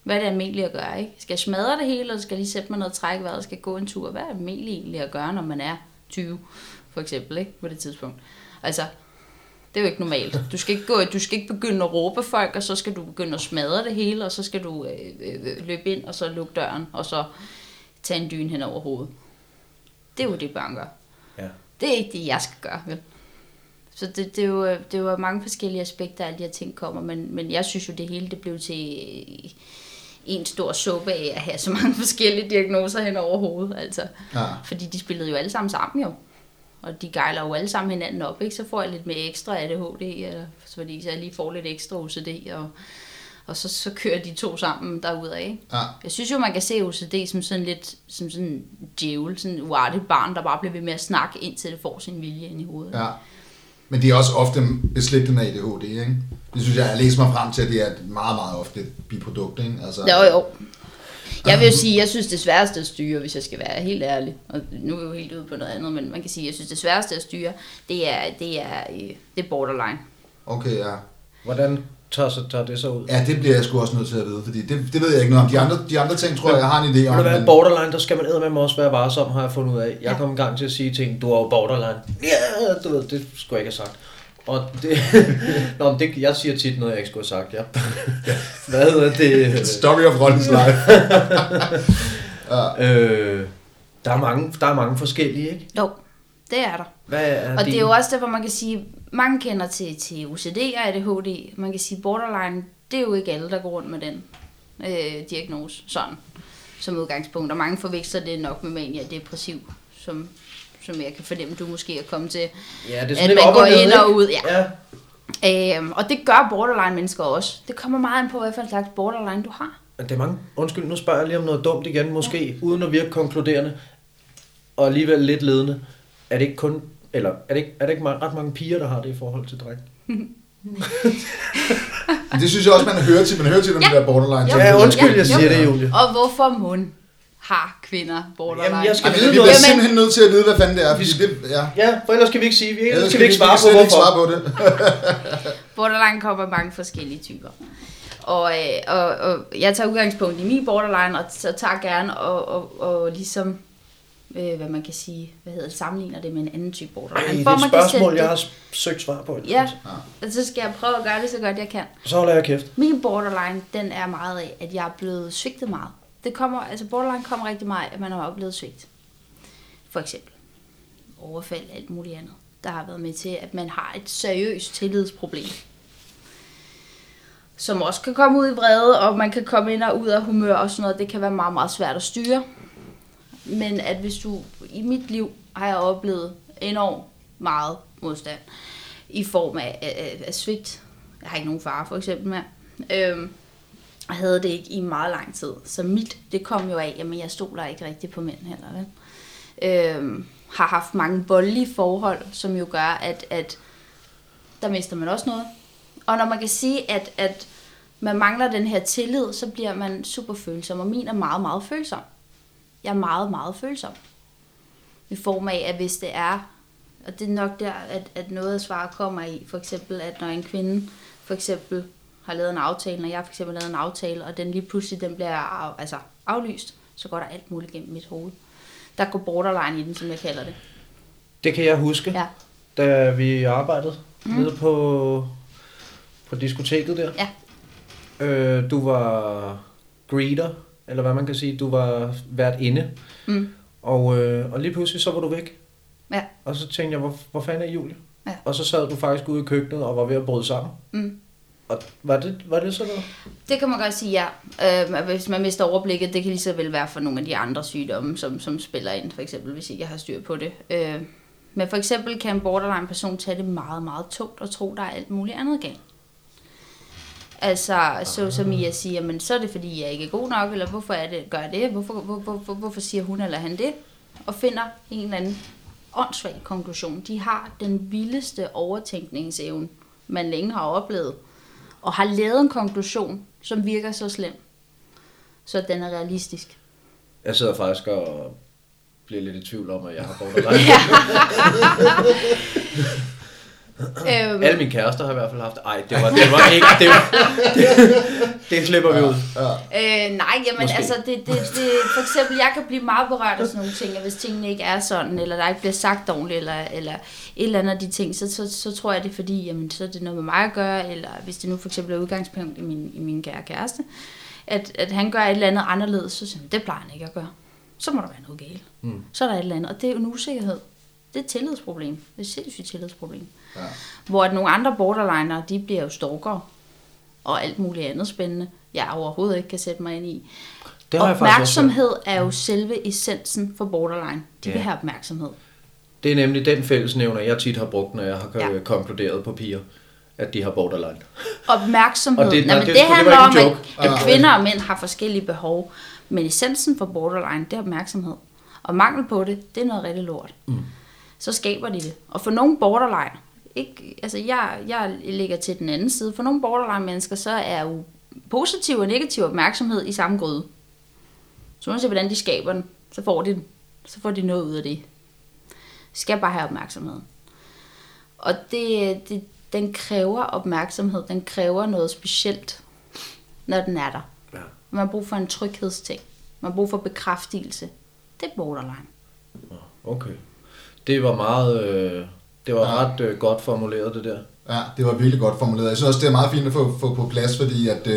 Hvad er det almindeligt at gøre, ikke? Skal jeg smadre det hele, eller skal jeg lige sætte mig ned og trække vejret og skal gå en tur? Hvad er almindeligt egentlig at gøre, når man er 20, for eksempel, ikke? På det tidspunkt. Altså, det er jo ikke normalt. Du skal ikke begynde at råbe folk, og så skal du begynde at smadre det hele, og så skal du løbe ind, og så lukke døren, og så tage en dyne hen over hovedet. Det er jo det, børn gør. Ja. Det er ikke det, jeg skal gøre, vel? Så det er jo mange forskellige aspekter, alle de her ting kommer, men jeg synes jo, det hele det blev til en stor suppe af at have så mange forskellige diagnoser hen over hovedet, altså. Ja. Fordi de spillede jo alle sammen jo. Og de gejler jo alle sammen hinanden op, ikke? Så får jeg lidt mere ekstra ADHD, fordi jeg lige får lidt ekstra OCD, og så kører de to sammen derudad, ikke? Ja. Jeg synes jo, man kan se OCD som sådan lidt som sådan en djævel, sådan et uartigt barn, der bare bliver ved med at snakke, indtil det får sin vilje ind i hovedet. Ja. Men de er også ofte beslægtet med ADHD, ikke? Det synes jeg læser mig frem til, at det er meget, meget ofte et biprodukt, ikke? Altså, jo. Jeg vil jo sige, jeg synes det sværeste at styre, hvis jeg skal være helt ærlig. Og nu er vi jo helt ude på noget andet, men man kan sige, at jeg synes det sværeste at styre, det er borderline. Okay, ja. Hvordan tager det så ud? Ja, det bliver jeg sgu også nødt til at vide, fordi det ved jeg ikke noget om. De andre ting tror jeg har en idé om. Men borderline, der skal man eddermame også være varsom, har jeg fundet ud af. Jeg kom en gang til at sige ting, du er jo borderline. Ja, du ved, det skulle jeg ikke have sagt. Og det, jeg siger tit noget, jeg ikke skulle have sagt, ja. Hvad hedder det? Story of Ronny's life. Der er mange forskellige, ikke? Jo, det er der. Hvad er og det er jo også derfor, man kan sige, mange kender til OCD og ADHD. Man kan sige, borderline, det er jo ikke alle, der går rundt med den diagnose, sådan, som udgangspunkt. Og mange forveksler det nok med mania depressiv, som jeg kan fornemme, du måske er kommet til, ja, det er at man går ind og ud. Ja. Og det gør borderline-mennesker også. Det kommer meget an på, hvad for en slags borderline du har. Det er mange. Undskyld, nu spørger jeg lige om noget dumt igen, måske, uden at virke konkluderende, og alligevel lidt ledende. Er det ikke kun, eller er det ikke ret mange piger, der har det i forhold til dreng? Det synes jeg også, man hører til. Man hører til dem der borderline. Ja, undskyld, jeg siger det, Julie. Og hvorfor mund har kvinder borderline? Jamen, jeg skal vi bliver simpelthen nødt til at vide, hvad fanden det er. Ja, for ellers skal vi ikke sige. Ellers skal vi ikke svare på det. Borderline kommer mange forskellige typer. Og jeg tager udgangspunkt i min borderline, og så tager gerne og ligesom, hvad man kan sige, sammenligner det med en anden type borderline. Det er et spørgsmål, jeg har søgt svar på. Ja, og så skal jeg prøve at gøre det så godt jeg kan. Så holder jeg kæft. Min borderline, den er meget af, at jeg er blevet svigtet meget. Borderline kommer rigtig meget, at man har oplevet svigt. For eksempel overfald, alt muligt andet. Der har været med til, at man har et seriøst tillidsproblem. Som også kan komme ud i vrede, og man kan komme ind og ud af humør og sådan noget. Det kan være meget, meget svært at styre. Men at hvis du, i mit liv har jeg oplevet enormt meget modstand i form af svigt. Jeg har ikke nogen far for eksempel mere. Jeg havde det ikke i meget lang tid. Så det kom jo af, jamen jeg stoler ikke rigtig på mænd heller. Vel? Har haft mange voldelige forhold, som jo gør, at der mister man også noget. Og når man kan sige, at man mangler den her tillid, så bliver man super følsom. Og min er meget, meget følsom. Jeg er meget, meget følsom. I form af, at hvis det er, og det er nok der, at noget af svaret kommer i, for eksempel, at når en kvinde for eksempel har lavet en aftale, når jeg for eksempel har lavet en aftale, og den lige pludselig den bliver aflyst, så går der alt muligt gennem mit hoved. Der går borderline i den, som jeg kalder det. Det kan jeg huske, da vi arbejdede nede på diskoteket der. Ja. Du var greeter, eller hvad man kan sige. Du var vært inde. Og lige pludselig så var du væk. Ja. Og så tænkte jeg, hvor fanden er Julie? Ja. Og så sad du faktisk ude i køkkenet og var ved at bryde sammen. Og var det sådan noget? Det kan man godt sige, ja. Hvis man mister overblikket, det kan lige så vel være for nogle af de andre sygdomme, som spiller ind, for eksempel, hvis ikke jeg har styr på det. Men for eksempel kan en borderline-person tage det meget, meget tungt og tro, der er alt muligt andet galt. Altså, så som jeg siger, men så er det fordi, jeg ikke er god nok, eller hvorfor gør jeg det? Hvorfor siger hun eller han det? Og finder en eller anden åndssvag konklusion. De har den vildeste overtænkningsevne, man længe har oplevet, og har lavet en konklusion, som virker så slem, så den er realistisk. Jeg sidder faktisk og bliver lidt i tvivl om, at jeg har borderline. Alle mine kærester har i hvert fald haft. Ej, det var ikke... Det slipper vi ud. Nej, jamen Måske. altså, det, for eksempel, jeg kan blive meget berørt af sådan nogle ting, og hvis tingene ikke er sådan, eller der ikke bliver sagt ordentligt, eller et eller andet af de ting, så tror jeg, det er fordi, jamen, så er det noget med mig at gøre, eller hvis det nu for eksempel er udgangspunkt i min kære kæreste, at han gør et eller andet anderledes, så siger han, det plejer han ikke at gøre. Så må der være noget galt. Så er der et eller andet, og det er jo en usikkerhed. Det er et tillidsproblem. Det er et sindssygt tillidsproblem. Ja. Hvor at nogle andre borderlinere, de bliver jo stalkere, og alt muligt andet spændende, jeg overhovedet ikke kan sætte mig ind i. Opmærksomhed er jo selve essensen for borderline. De vil have opmærksomhed. Det er nemlig den fællesnævner, jeg tit har brugt, når jeg har konkluderet på piger, at de har borderline. Opmærksomhed. Det handler om, at kvinder og mænd har forskellige behov, men essensen for borderline, det er opmærksomhed. Og mangel på det, det er noget rigtig lort. Så skaber de det. Og for nogle borderline, jeg ligger til den anden side, for nogle borderline-mennesker, så er jo positiv og negativ opmærksomhed i samme gryde. Så uanset hvordan de skaber den, så får de noget ud af det. De skal bare have opmærksomhed. Og den kræver opmærksomhed, den kræver noget specielt, når den er der. Ja. Man har brug for en tryghedsting. Man har brug for bekræftelse. Det er borderline. Okay. Det var meget... Det var ret godt formuleret, det der. Ja, det var virkelig godt formuleret. Jeg synes også, det er meget fint at få på plads, fordi at,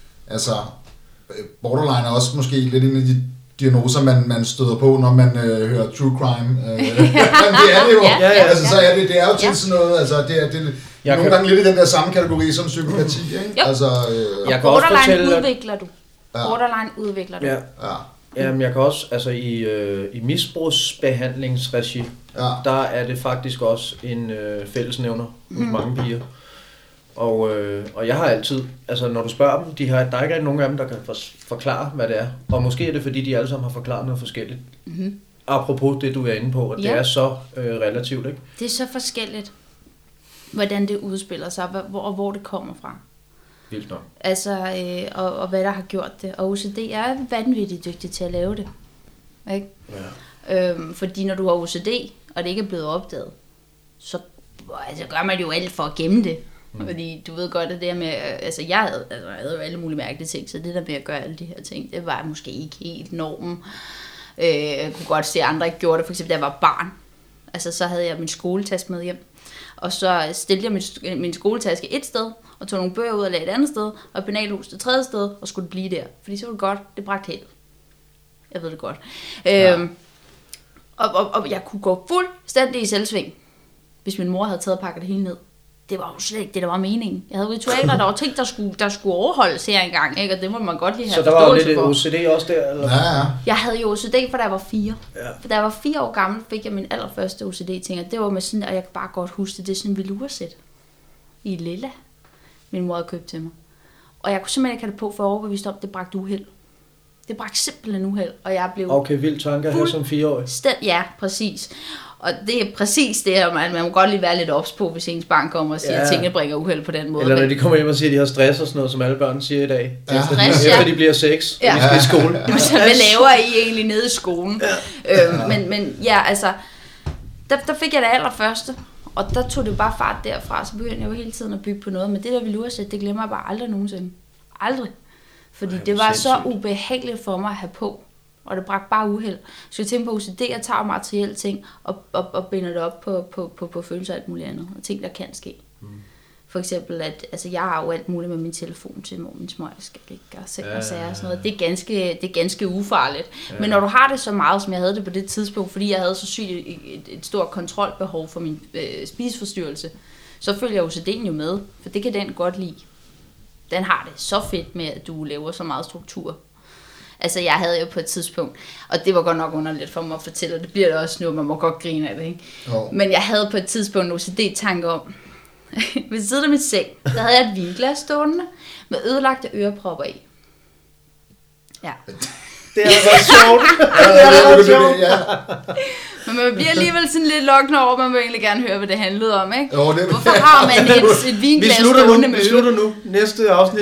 borderline er også måske lidt en af de diagnoser, man støder på, når man hører true crime. Det er det jo. Så er det er jo til sådan noget, altså det er nogle gange lidt i den der samme kategori som psykopati, ikke? Altså, jeg kan borderline udvikler du. Borderline udvikler du. Ja. Jamen, jeg kan også, altså i misbrugsbehandlingsregi, der er det faktisk også en fællesnævner hos mange piger. Og jeg har altid, altså når du spørger dem, der er ikke nogen af dem, der kan forklare, hvad det er. Og måske er det, fordi de alle sammen har forklaret noget forskelligt. Apropos det, du er inde på, at det er så relativt, ikke? Det er så forskelligt, hvordan det udspiller sig, og hvor det kommer fra. Vildt nok. Altså, og hvad der har gjort det. Og OCD er vanvittigt dygtig til at lave det. Ikke? Ja. Fordi når du har OCD, og det ikke er blevet opdaget, så gør man jo alt for at gemme det. Fordi du ved godt, at det med, jeg havde jo alle mulige mærkelige ting, så det der med at gøre alle de her ting, det var måske ikke helt normen. Jeg kunne godt se, at andre ikke gjorde det. For eksempel, da jeg var barn, så havde jeg min skoletaske med hjem. Og så stillede jeg min skoletaske et sted, og tog nogle bøger ud og lagde et andet sted, og penalhus det tredje sted, og skulle blive der. Fordi så var det godt, det bragte held. Jeg ved det godt. Og jeg kunne gå fuldstændig i selvsving, hvis min mor havde taget og pakket det hele ned. Det var jo slet ikke det, der var meningen. Jeg havde ritualer, der var ting, der skulle overholdes her engang, ikke? Og det må man godt lige have forståelse for. Så der var lidt OCD også der? Eller? Ja. Jeg havde jo OCD, for da jeg var 4. Ja. For da jeg var 4 år gammel, fik jeg min allerførste OCD-ting, og det var med sådan, og jeg kan bare godt huske det er sådan en velursæt i lilla, min mor havde købt til mig. Og jeg kunne simpelthen ikke have det på, for at overbevise om, det bragte uheld. Det bragte simpelthen uheld, og jeg blev... Okay, vild tanke her som 4-årig. Ja, præcis. Og det er præcis det her, man må godt lige være lidt ops på, hvis ens barn kommer og siger, at tingene bringer uheld på den måde. Eller når de kommer hjem og siger, at de har stress og sådan noget, som alle børn siger i dag. Ja. Stress, efter de bliver 6, og de skal i skole. Hvad laver I egentlig nede i skolen? Ja. Men ja, altså, der fik jeg det allerførste, og der tog det bare fart derfra, så begyndte jeg jo hele tiden at bygge på noget. Men det der velursæt, det glemmer jeg bare aldrig nogensinde. Aldrig. Fordi det var så ubehageligt for mig at have på. Og det bragte bare uheld. Så jeg tænkte på OCD, jeg tager materielle ting og binder det op på følelser og alt muligt andet. Og ting, der kan ske. For eksempel, at jeg har jo alt muligt med min telefon til morgens smøg, skal ligge og sager og sådan noget. Det er ganske ufarligt. Ja. Men når du har det så meget, som jeg havde det på det tidspunkt, fordi jeg havde så sygt et stort kontrolbehov for min spiseforstyrrelse, så følger OCD'en jo med, for det kan den godt lide. Den har det så fedt med, at du laver så meget struktur. Altså, jeg havde jo på et tidspunkt, og det var godt nok underligt for mig at fortælle, og det bliver det også nu, man må godt grine af det, ikke? Oh. Men jeg havde på et tidspunkt en OCD-tanke om, ved siden af mit seng, der havde jeg et vinglas stående med ødelagte ørepropper i. Ja. Det er altså sjovt. Men man bliver alligevel sådan lidt lokken over, man vil egentlig gerne høre, hvad det handlede om, ikke? Jo, det... Hvorfor har man et vinglas stående med øl? Vi slutter nu. Næste afsnit.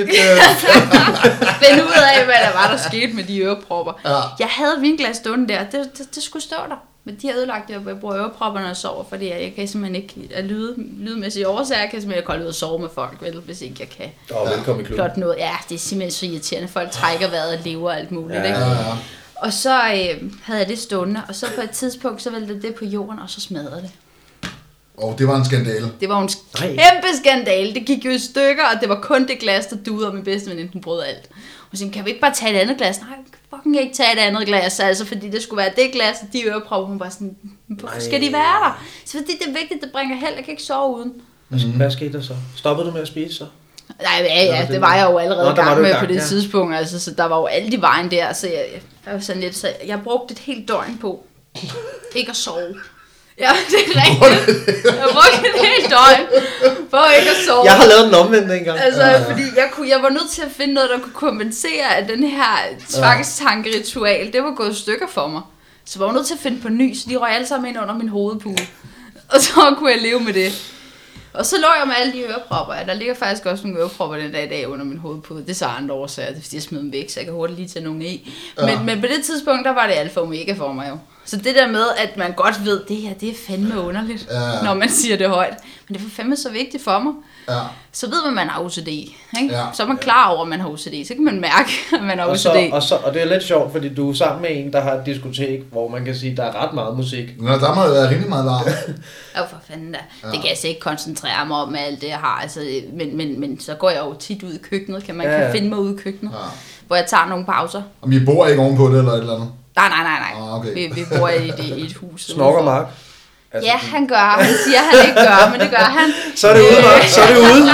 Find ud af, hvad der skete med de ørepropper. Ja. Jeg havde et vinglas stående der, det skulle stå der. Men de har ødelagt det, og jeg bruger ørepropperne og sover, fordi jeg kan simpelthen ikke af lydmæssige årsager, jeg kan simpelthen ikke holde ud og sove med folk, vel, hvis ikke jeg kan. Velkommen i klubben. Plot noget. Ja, det er simpelthen så irriterende. Folk trækker vejret og lever og alt muligt, ikke? Ja. Og så havde jeg det stående, og så på et tidspunkt, så væltede det på jorden, og så smadrede det. Det var en skandale. Det var en kæmpe skandale. Det gik jo i stykker, og det var kun det glas, der duede, og min bedste veninde, hun brød alt. Og så kan vi ikke bare tage et andet glas? Nej, vi kan fucking ikke tage et andet glas, altså fordi det skulle være det glas, og de ørepropper, hun var sådan, hvorfor skal de være der? Så fordi det er vigtigt, det bringer held, jeg kan ikke sove uden. Hvad skete der så? Stoppede du med at spise så? Nej, ja, det var jeg jo allerede gang med på det tidspunkt, altså, så der var jo alt i vejen der, så jeg var sådan lidt, så jeg brugte et helt døgn på ikke at sove. Ja, det er rigtigt. Jeg brugte et helt døgn for ikke at sove. Jeg har lavet den omvendt engang. Altså, fordi jeg var nødt til at finde noget, der kunne kompensere, at den her tvangstankeritual, det var gået i stykker for mig. Så jeg var nødt til at finde på ny, så de røg alle sammen ind under min hovedpude. Og så kunne jeg leve med det. Og så lå jeg med alle de ørepropper. Der ligger faktisk også nogle ørepropper den dag i dag under min hovedpude. Det er så andre årsager, det er fordi jeg smed dem væk, så jeg kan hurtigt lige tage nogle i. Men på det tidspunkt, der var det alfa og omega for mig jo. Så det der med, at man godt ved, det her, det er fandme underligt, når man siger det højt. Men det er fandme så vigtigt for mig. Ja. Så ved man, at man har OCD. Ikke? Ja. Så er man klar over, at man har OCD. Så kan man mærke, at man har OCD. Og det er lidt sjovt, fordi du er sammen med en, der har et diskotek, hvor man kan sige, at der er ret meget musik. Nå, der må jo være rimelig meget larm. For fanden da. Ja. Det kan jeg så ikke koncentrere mig om med alt det, jeg har. Altså, men så går jeg jo tit ud i køkkenet. Kan finde mig ude i køkkenet, hvor jeg tager nogle pauser. Om I bor ikke ovenpå det, eller et eller andet? Nej. Okay. Vi bor i et hus. Snorker Mark? Altså, ja, han gør. Han siger, han ikke gør, men det gør han. Så er det ude, Mark. Så er det ude.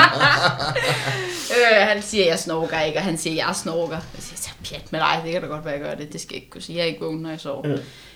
Han siger, jeg snorker ikke, og han siger, jeg snorker. Jeg siger, så pjat med dig, det kan da godt være, jeg gør det. Det skal jeg ikke kunne sige. Jeg er ikke vågen, når jeg sover.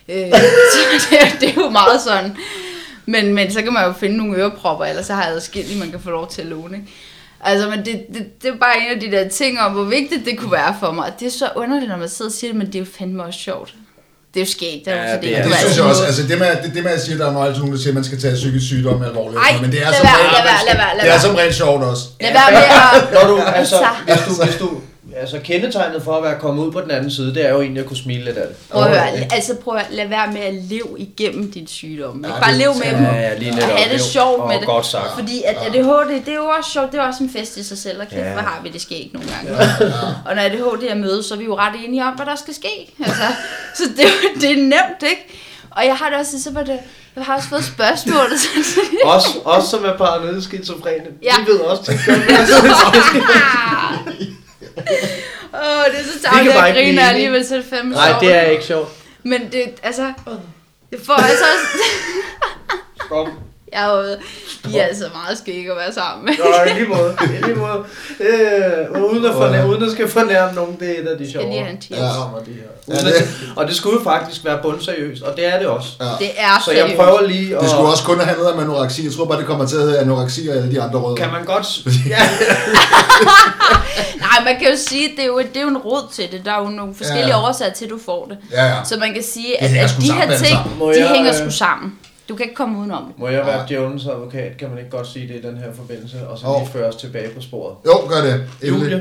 Så det er jo meget sådan. Men så kan man jo finde nogle ørepropper, eller så har jeg adskillige, man kan få lov til at låne. Ikke? Altså, men det er bare en af de der ting om, hvor vigtigt det kunne være for mig. Og det er så underligt, når man sidder og siger det, men det er jo fandme også sjovt. Det er jo skægt. Det synes jeg også. Altså, det med at sige, at der er nogle altid nogen, der siger, at man skal tage psykisk sygdom alvorligt. Ej, men det er lad være. som rent sjovt også. Lad være med at... Når du, hvis du kendetegnet for at være kommet ud på den anden side, det er jo egentlig at kunne smile lidt af det. Prøv at lade være med at leve igennem din sygdom. Ikke bare leve med dem og have det sjovt med det. Godt sagt. Fordi at ADHD, det er jo også sjovt, det er også en fest i sig selv, og kæft, hvor har vi det skægt nogle gange. Og når ADHD er møde, så er vi jo ret enige om, hvad der skal ske. Altså, så det er nemt, ikke? Og jeg har det også, så var det... Jeg har også fået spørgsmål. også som er paranoid skizofrene. Ja. De ved også, det det er så tavligt, at jeg griner alligevel, så det fandme sjovt. Nej, det er ikke sjovt. Men det, altså... Det får altså også... Kom. Jeg er jo... I er altså meget skæg at være sammen med. Nå, i lige måde. Uden at skal fornærme nogen, det er et af de sjove. Og det skulle jo faktisk være bundseriøst, og det er det også. Ja. Det er så jeg prøver lige at... Det skulle også kun have noget om anoreksi. Jeg tror bare, det kommer til at hedde anoreksi og alle de andre rødder. Kan man godt... Ja. Nej, man kan jo sige, det er jo en rod til det. Der er jo nogle forskellige årsager til, at du får det. Ja. Så man kan sige, at de her ting, de hænger sgu sammen. Du kan ikke komme udenom det. Må jeg være Jones advokat? Kan man ikke godt sige det i den her forbindelse? Og så lige føre os tilbage på sporet. Jo, gør det. Julie.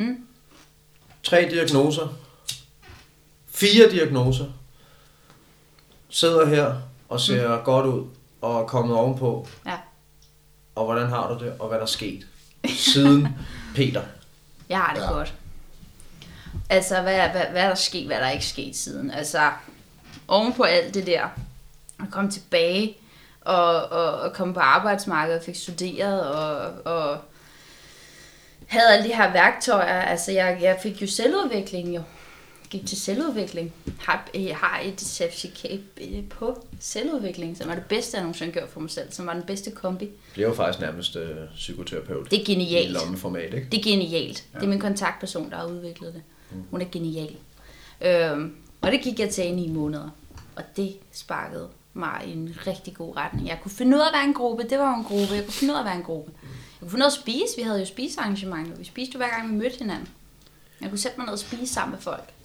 3 diagnoser. 4 diagnoser. Sidder her og ser godt ud og er kommet ovenpå. Ja. Og hvordan har du det? Og hvad der er sket siden Peter? Jeg har det godt. Altså, hvad er der sket? Hvad er der ikke sket siden? Altså, ovenpå alt det der... at komme tilbage og komme på arbejdsmarkedet og fik studeret og havde alle de her værktøjer. Altså jeg fik jo selvudvikling jo. Gik til selvudvikling. Har et certifikat på selvudvikling, som var det bedste, jeg nogensinde gjorde for mig selv. Som var den bedste kombi. Det er jo faktisk nærmest psykoterapeut. Det er genialt. I lommeformat, ikke? Det er genialt. Ja. Det er min kontaktperson, der har udviklet det. Hun er genial. Og det gik jeg til i 9 måneder. Og det sparkede mig i en rigtig god retning. Jeg kunne finde ud af at være en gruppe. Det var jo en gruppe. Jeg kunne finde ud af at være en gruppe. Jeg kunne finde ud af at spise. Vi havde jo spisearrangementer. Vi spiste jo hver gang, vi mødte hinanden. Jeg kunne sætte mig ned og spise sammen med folk.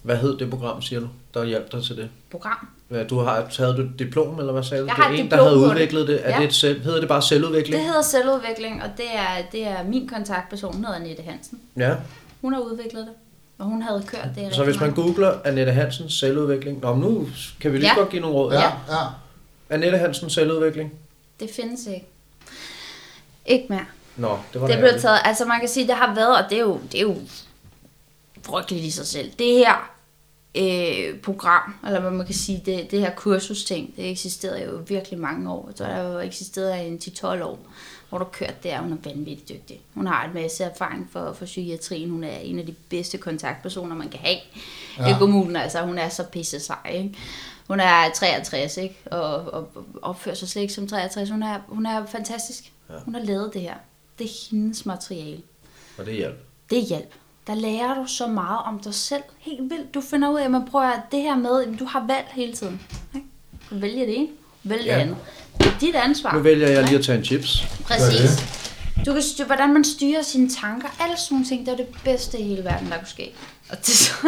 Hvad hed det program, siger du, der hjalp dig til det? Program. Havde du et diplom, eller hvad sagde du? Jeg Det har er et en, der diplom havde på udviklet det. Hedder det bare selvudvikling? Det hedder selvudvikling, og det er min kontaktperson, hun hedder Annette Hansen. Ja. Hun har udviklet det, og hun havde kørt det. Så hvis man googler Annette Hansen selvudvikling, nu kan vi lige godt give nogle råd. Ja. Annette Hansen selvudvikling. Det findes ikke. Ikke mere. Nå, det var det blev taget, altså man kan sige, det har været, og det er jo frygteligt i sig selv. Det her program, eller hvad man kan sige, det her kursusting, det eksisterede jo virkelig mange år. Så der jo eksisteret i en 10-12 år, hvor du kørt der. Hun er vanvittigt dygtig. Hun har en masse erfaring for psykiatrien. Hun er en af de bedste kontaktpersoner, man kan have i kommunen. Altså, hun er så pisse sej, ikke? Hun er 63, ikke? Og opfører sig slet ikke som 63. Hun er fantastisk. Ja. Hun har lavet det her. Det er hendes materiale. Og det hjælp. Det hjælp. Der lærer du så meget om dig selv. Helt vildt. Du finder ud af, at man prøver det her med, at du har valgt hele tiden. Ikke? Du vælger det ene, vælger det andet. Det er dit ansvar. Nu vælger jeg lige at tage en chips. Præcis. Du kan styre, hvordan man styrer sine tanker. Alle sådan nogle ting, det er det bedste i hele verden, der kunne ske. Og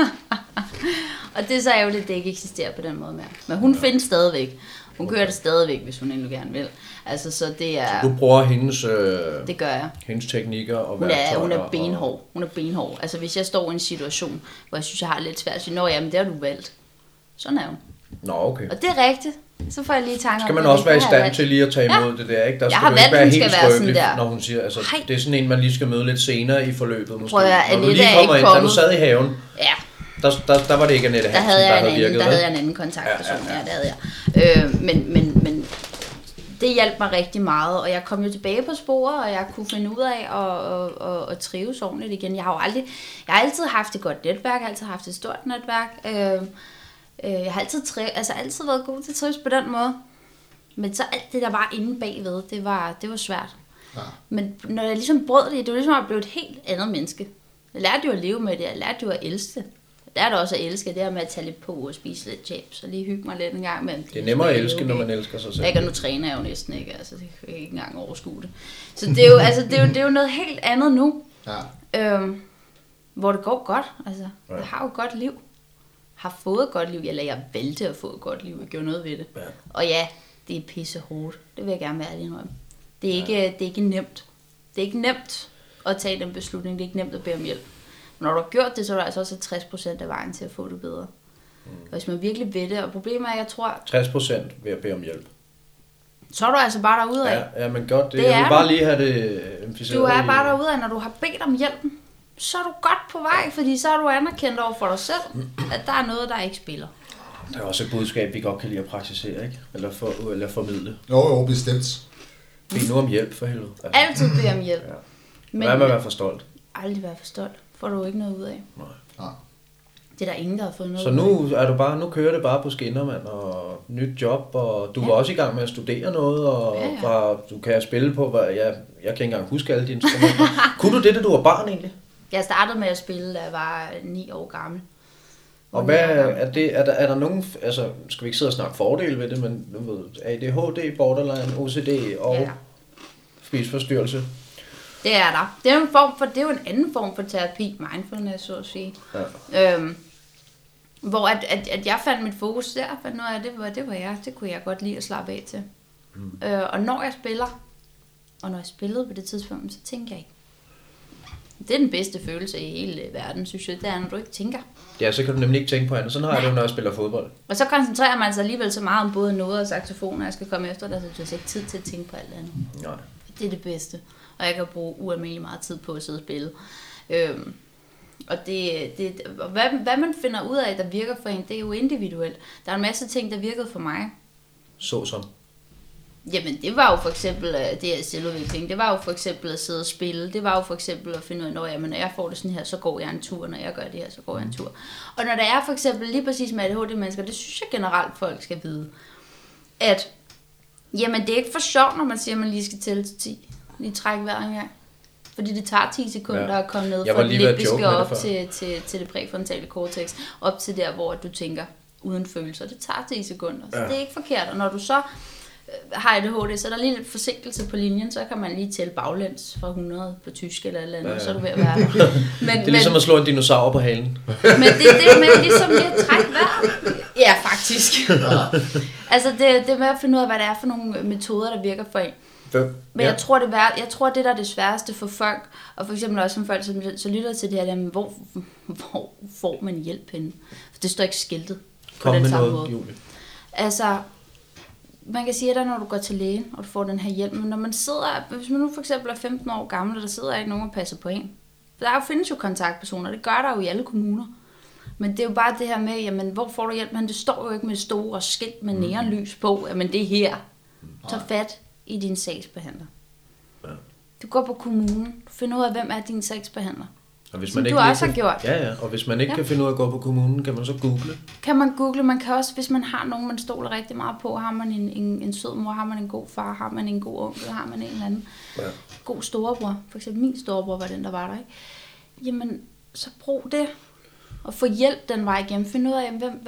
det er så ærgerligt, at det ikke eksisterer på den måde mere. Men hun findes stadigvæk. Hun kører det stadigvæk, hvis hun endnu gerne vil. Altså, så det er... Så du bruger hendes... det gør jeg. Hendes teknikker og værktøjer. Hun er benhård. Hun er benhård. Altså, hvis jeg står i en situation, hvor jeg synes, jeg har lidt svært at sige, nå, jamen, det har du valgt. Sådan er hun. Nå, okay. Og det er rigtigt. Så får jeg lige tanker om, skal man også være i stand til lige at tage imod det der, ikke? Der skal du ikke være helt skrøbelig, når hun siger, altså, det er sådan en, man lige skal møde lidt senere i forløbet, måske. Når du lige kommer ind, da du sad i haven, der var det ikke Annette Hansen, der havde virket. Der havde jeg en anden kontaktperson, ja, det havde jeg. Men det hjalp mig rigtig meget, og jeg kom jo tilbage på sporet, og jeg kunne finde ud af at trives ordentligt igen. Jeg har altid haft et godt netværk, jeg har altid haft et stort netværk. Jeg har altid været god til at trives på den måde. Men så alt det, der var inde bagved, det var svært. Ja. Men når jeg ligesom brød det var ligesom at blive et helt andet menneske. Jeg lærte jo at leve med det, jeg lærte jo at elske det. Jeg lærte også at elske det her med at tage lidt på og spise lidt chips, og lige hygge mig lidt en gang. Men det er nemmere at elske, når man elsker sig selv. Og nu træner jeg jo næsten ikke, altså det kan jeg ikke engang overskue det. Så det er jo, det er jo noget helt andet nu, hvor det går godt. Altså, jeg har jo et godt liv. Har fået et godt liv, eller jeg valgte at få et godt liv, og gjorde noget ved det. Ja. Og ja, det er pisse hårdt. Det vil jeg gerne være ærlig indrømme. Det er ikke nemt. Det er ikke nemt at tage den beslutning. Det er ikke nemt at bede om hjælp. Når du har gjort det, så er du altså også 60% af vejen til at få det bedre. Og hvis man virkelig ved det, og problemet er, jeg tror... 60% ved at bede om hjælp. Så er du altså bare derude af. Ja, men godt. Jeg vil bare lige have det emfiseret. Du er bare derude af, når du har bedt om hjælpen. Så er du godt på vej, fordi så er du anerkendt over for dig selv, at der er noget, der ikke spiller. Der er også et budskab, vi godt kan lide at praktisere, ikke? Eller formidle. Jo, bestemt. Bed nu om hjælp, for helvede. Altså. Altid bed om hjælp. Ja. Men hvad med at være for stolt? Aldrig være for stolt. Får du ikke noget ud af. Nej. Det er der ingen, der har fået noget så nu er du bare, nu kører det bare på skinner, mand, og nyt job, og du var også i gang med at studere noget, og du kan spille på, jeg kan ikke engang huske alle dine instrumenter. Kunne du det, da du var barn egentlig? Jeg startede med at spille, da jeg var 9 år gammel. Og hvad er der nogen, altså skal vi ikke sidde og snakke fordele ved det, men du ved, ADHD, borderline, OCD og spiseforstyrrelse? Det er der. Det er jo en anden form for terapi, mindfulness, så at sige. Ja. Hvor at jeg fandt mit fokus der, fandt noget af det kunne jeg godt lide at slappe af til. Og når jeg spiller, og når jeg spillede på det tidspunkt, så tænker jeg ikke. Det er den bedste følelse i hele verden, synes jeg, det er, når du ikke tænker. Ja, så kan du nemlig ikke tænke på andet. Sådan har jeg det, når jeg spiller fodbold. Og så koncentrerer man sig alligevel så meget om både noder og saxofon, og jeg skal komme efter dig, så du har ikke tid til at tænke på alt andet. Nej. Det er det bedste. Og jeg kan bruge ualmindelig meget tid på at sidde og spille. Og hvad man finder ud af, der virker for en, det er jo individuelt. Der er en masse ting, der virkede for mig. Såsom? Jamen, det var jo for eksempel det her selvudvikling. Det var jo for eksempel at sidde og spille. Det var jo for eksempel at finde ud af, når jeg får det sådan her, så går jeg en tur. Når jeg gør det her, så går jeg en tur. Og når der er for eksempel lige præcis med ADHD-mennesker, det synes jeg generelt, folk skal vide, at jamen, det er ikke for sjovt, når man siger, at man lige skal tælle til 10. Lige trække vejret en gang. Fordi det tager 10 sekunder at komme ned fra det limbiske op til det præfrontale cortex, op til der, hvor du tænker uden følelser. Det tager 10 sekunder. Så det er ikke forkert. Og når du så har ADHD, så er der lige lidt forsinkelse på linjen, så kan man lige tælle baglæns fra 100 på tysk eller et eller andet, så er du ved at være der. Det er ligesom at slå en dinosaur på halen. Men det er det med ligesom lige at trække vejret. Ja, faktisk. Altså det med at finde ud af, hvad det er for nogle metoder, der virker for en. Men jeg tror, det der er det sværeste for folk, og for eksempel også som folk, som så lytter til det her, hvor får man hjælp henne? For det står ikke skiltet på den samme måde. Julie. Altså, man kan sige, at når du går til lægen, og du får den her hjælp, men når man sidder, hvis man nu for eksempel er 15 år gammel, og der sidder ikke nogen, der passer på en. Der findes jo kontaktpersoner, det gør der jo i alle kommuner. Men det er jo bare det her med, jamen, hvor får du hjælp? Men det står jo ikke med store skilt med neonlys på, jamen det er her. Tag fat i din sagsbehandler. Ja. Du går på kommunen, du finder ud af, hvem er din sagsbehandler. Og hvis man ikke du også har gjort. Ja, og hvis man ikke kan finde ud af at gå på kommunen, kan man så google? Kan man google, man kan også, hvis man har nogen, man stoler rigtig meget på, har man en sød mor, har man en god far, har man en god onkel, har man en eller anden god storebror. For eksempel min storebror var den, der var der, ikke? Jamen, så brug det. Og få hjælp den vej igennem. Finde ud af, hvem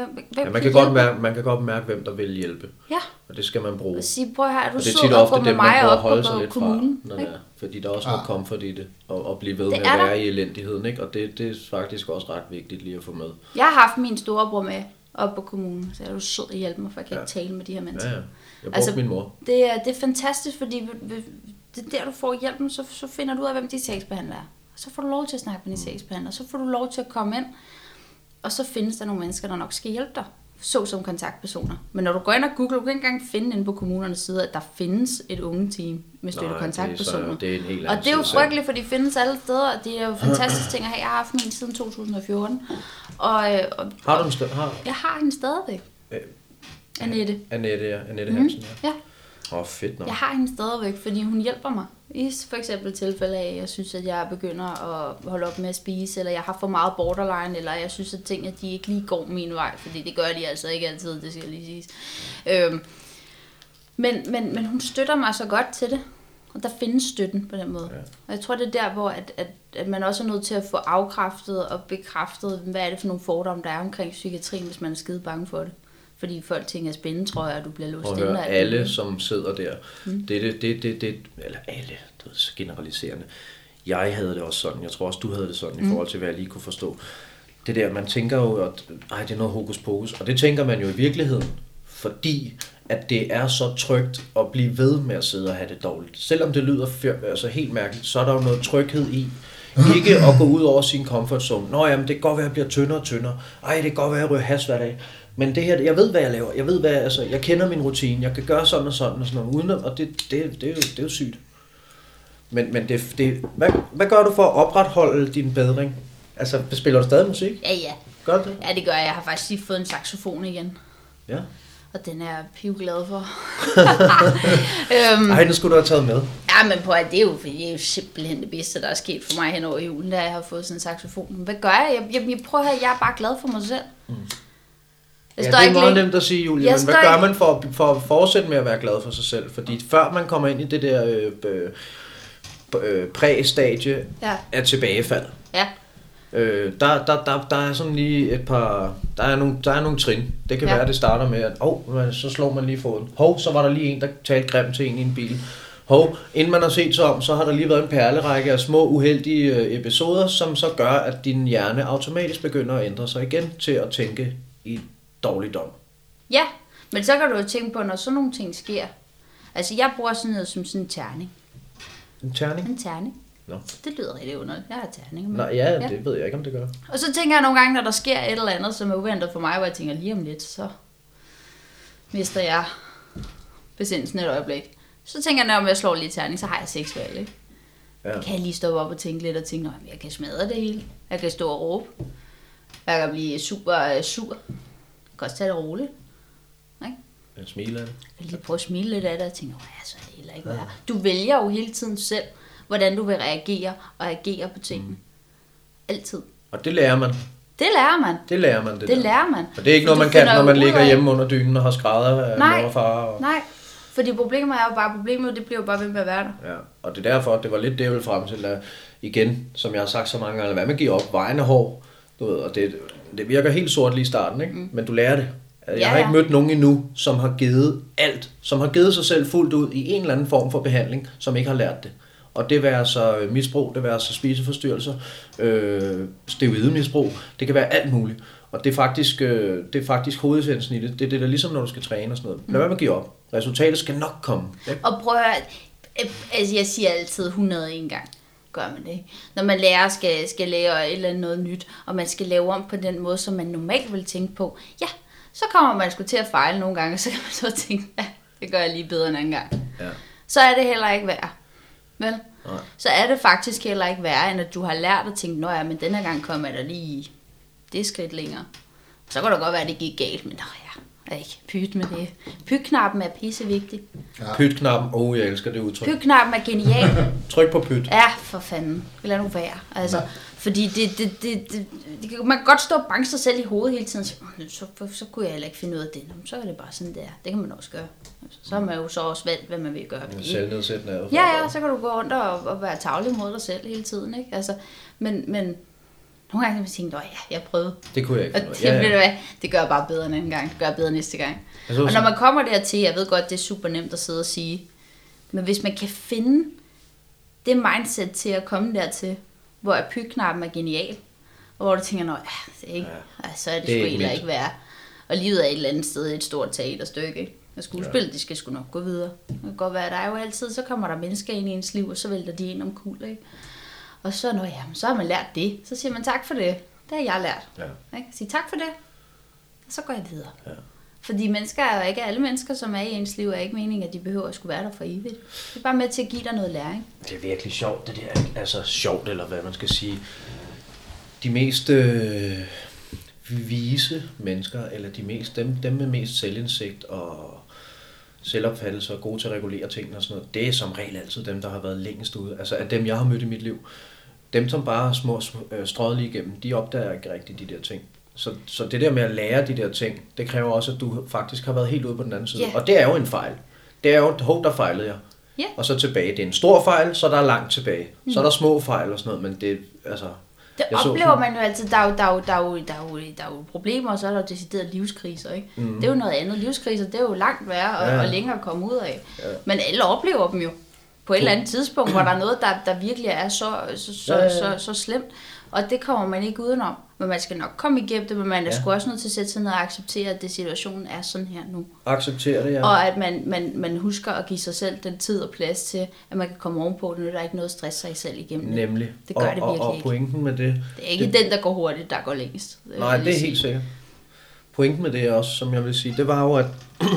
man kan godt mærke, hvem der vil hjælpe. Ja. Og det skal man bruge. Og sige, prøv her, er du og det er sød og gå med mig op på kommunen? Fra, fordi der er også noget comfort i det. Og blive ved med at være i elendigheden. Ikke? Og det er faktisk også ret vigtigt lige at få med. Jeg har haft min storebror med op på kommunen. Så er du sød at hjælpe mig, for jeg kan ikke tale med de her mennesker. Ja. Jeg brugte min mor. Det er fantastisk, fordi det er der, du får hjælpen. Så finder du ud af, hvem de sagsbehandler er. Så får du lov til at snakke med din sagsbehandler. Så får du lov til at komme ind. Og så findes der nogle mennesker, der nok skal hjælpe dig, som kontaktpersoner. Men når du går ind og googler, du kan ikke engang finde inde på kommunernes side, at der findes et ungeteam med støtte kontaktpersoner. Det er en helt og det er jo frygteligt, for de findes alle steder, og det er jo fantastiske ting at have. Jeg har haft min siden 2014. Har du en sted? Jeg har hende stadigvæk. Annette. Annette Hansen, ja. Fedt nok. Jeg har hende stadigvæk, fordi hun hjælper mig. I for eksempel tilfælde af, at jeg synes, at jeg begynder at holde op med at spise, eller jeg har for meget borderline, eller jeg synes, at tingene de ikke lige går min vej, fordi det gør de altså ikke altid, det skal lige siges. Men hun støtter mig så godt til det, og der findes støtten på den måde. Ja. Og jeg tror, det er der, hvor at man også er nødt til at få afkræftet og bekræftet, hvad er det for nogle fordomme, der er omkring psykiatrien, hvis man er skide bange for det. Fordi folk tænker spændetrøjer, og du bliver låst inde. Og alle, som sidder der, det eller alle, det er generaliserende. Jeg havde det også sådan, jeg tror også, du havde det sådan, i forhold til, hvad jeg lige kunne forstå. Det der, man tænker jo, at det er noget hokus pokus, og det tænker man jo i virkeligheden, fordi at det er så trygt at blive ved med at sidde og have det dårligt. Selvom det lyder altså helt mærkeligt, så er der jo noget tryghed i, ikke at gå ud over sin comfort zone. Nå jamen, det kan godt være, at jeg bliver tyndere og tyndere. Det kan godt være, at jeg ryger hash hver dag. Men det her, jeg ved, hvad jeg laver. Jeg ved, jeg kender min rutine. Jeg kan gøre sådan og sådan og sådan noget, uden og det er jo sygt. Men hvad gør du for at opretholde din bedring? Altså, spiller du stadig musik? Ja. Gør du det? Ja, det gør jeg. Jeg har faktisk lige fået en saxofon igen. Ja. Og den er jeg pivglad for. Den skulle du have taget med. Ja, men på det er jo simpelthen det bedste, der er sket for mig hen over julen, da jeg har fået sådan en saxofon. Hvad gør jeg? Jeg prøver at jeg er bare glad for mig selv. Det er meget nemt at sige, Julie, men hvad gør man for at fortsætte med at være glad for sig selv? Fordi før man kommer ind i det der præ-stadie af tilbagefald, der er sådan lige et par, der er nogle trin. Det kan være, at det starter med, at så slår man lige foden. Så var der lige en, der talte grimt til en i en bil. Inden man har set sig om, så har der lige været en perlerække af små uheldige episoder, som så gør, at din hjerne automatisk begynder at ændre sig igen til at tænke i dårligdom. Ja, men så kan du jo tænke på, når sådan nogle ting sker. Altså, jeg bruger sådan noget som sådan en terning. En terning? En terning. No. Det lyder rigtig underligt. Jeg har terninger med. Nej, ja, det ved jeg ikke, om det gør. Og så tænker jeg nogle gange, når der sker et eller andet, som er uventet for mig, hvor jeg tænker, lige om lidt, så mister jeg besindelsen et øjeblik. Så tænker jeg, når jeg slår lidt terning, så har jeg 6 valg, ikke? Ja. Jeg kan lige stå op og tænke lidt og tænke, jeg kan smadre det hele. Jeg kan stå og råbe. Jeg kan blive super sur. Jeg kan også tage det roligt. Ikke? Jeg smiler af det. Jeg kan lige prøve at smile lidt af det og tænke, så er det heller ikke værd. Du vælger jo hele tiden selv, hvordan du vil reagere og agere på tingene. Altid. Og det lærer man. Det lærer man. Det lærer man. Det lærer man. Og det er ikke noget, man kan, når man ligger hjemme under dynen og har skrædder af mor og far. Nej. Fordi problemet er jo bare, det bliver jo bare ved med at være der. Ja, og det er derfor, det var lidt det, jeg ville frem til, at igen, som jeg har sagt så mange gange, hvad man giver op, vejen er hård, du ved, og det virker helt sort lige i starten, ikke? Men du lærer det. Jeg har ikke mødt nogen endnu, som har givet alt, som har givet sig selv fuldt ud i en eller anden form for behandling, som ikke har lært det. Og det vil så misbrug, det vil så spiseforstyrrelser, steroidemisbrug, det kan være alt muligt. Og det er faktisk hovedessensen i det. Det er det der ligesom, når du skal træne og sådan noget. Lad være med at give op. Resultatet skal nok komme. Ikke? Og prøv at høre, altså jeg siger altid 101 gang. Gør man det, ikke? Når man lærer skal lave et eller andet noget nyt, og man skal lave om på den måde, som man normalt vil tænke på, ja, så kommer man sgu til at fejle nogle gange, og så kan man så tænke, ja, det gør jeg lige bedre en anden gang. Ja. Så er det heller ikke værd. Vel? Nej. Så er det faktisk heller ikke værre, end at du har lært at tænke, nå ja, men denne gang kommer jeg da lige det skridt længere. Så kan det godt være, at det gik galt, men ikke pyt med det. Pytknappen er pissevigtig. Ja. Pytknappen, jeg elsker det udtryk. Pytknappen er genial. Tryk på pyt. Ja, for fanden. Lad nu være. Altså, ja. Fordi man kan godt stå og banke sig selv i hovedet hele tiden, og så kunne jeg heller ikke finde ud af det. Så er det bare sådan der. Det kan man også gøre. Så har man jo så også valgt, hvad man vil gøre. Selvnedsættende adfærd. Ja, så kan du gå rundt og være tavlig mod dig selv hele tiden. Ikke? Altså, men nogle gange kan man tænke, jeg prøvede. Det kunne jeg ikke. Og det gør jeg bare bedre en anden gang. Det gør jeg bedre næste gang. Og når man kommer dertil, jeg ved godt, det er super nemt at sidde og sige, men hvis man kan finde det mindset til at komme dertil, hvor pytknappen er genial, og hvor du tænker, så er det sgu egentlig ikke værd. Og livet er et eller andet sted et stort teaterstykke, ikke? Og skuespil, de skal sgu nok gå videre. Det kan godt være, at der er jo altid, så kommer der mennesker ind i ens liv, og så vælter de ind omkuld, ikke? Og så, så har man lært det. Så siger man tak for det. Det har jeg lært. Ja. Ikke? Sige tak for det, og så går jeg videre. Ja. Fordi mennesker er jo ikke, alle mennesker, som er i ens liv, er ikke meningen, at de behøver at skulle være der for evigt. Det er bare med til at give dig noget læring. Det er virkelig sjovt, det der. Altså sjovt, eller hvad man skal sige. De mest vise mennesker, eller dem med mest selvindsigt og selvopfattelse og gode til at regulere tingene og sådan noget, det er som regel altid dem, der har været længst ude. Altså af dem, jeg har mødt i mit liv. Dem, som bare er små strøget lige igennem, de opdager ikke rigtig de der ting. Så det der med at lære de der ting, det kræver også, at du faktisk har været helt ude på den anden side. Yeah. Og det er jo en fejl. Det er jo, der fejlede jeg. Yeah. Og så tilbage. Det er en stor fejl, så der er langt tilbage. Så er der små fejl og sådan noget, men det altså... Det oplever man jo altid. Der er jo problemer, og så er der jo deciderede livskriser, ikke? Mm. Det er jo noget andet. Livskriser, det er jo langt værre og længere at komme ud af. Ja. Men alle oplever dem jo på et eller andet tidspunkt, hvor der er noget, der virkelig er så slemt. Og det kommer man ikke udenom. Men man skal nok komme igennem det, men man er sgu også nødt til at sætte sig ned og acceptere, at det situationen er sådan her nu. Acceptere det, ja. Og at man husker at give sig selv den tid og plads til, at man kan komme ovenpå det. Nu er der ikke noget stress sig selv igennem. Nemlig. Det gør det virkelig ikke. Og pointen med det... Det er ikke den, der går hurtigt, der går længst. Nej, det er helt sikkert. Pointen med det også, som jeg vil sige, det var jo, at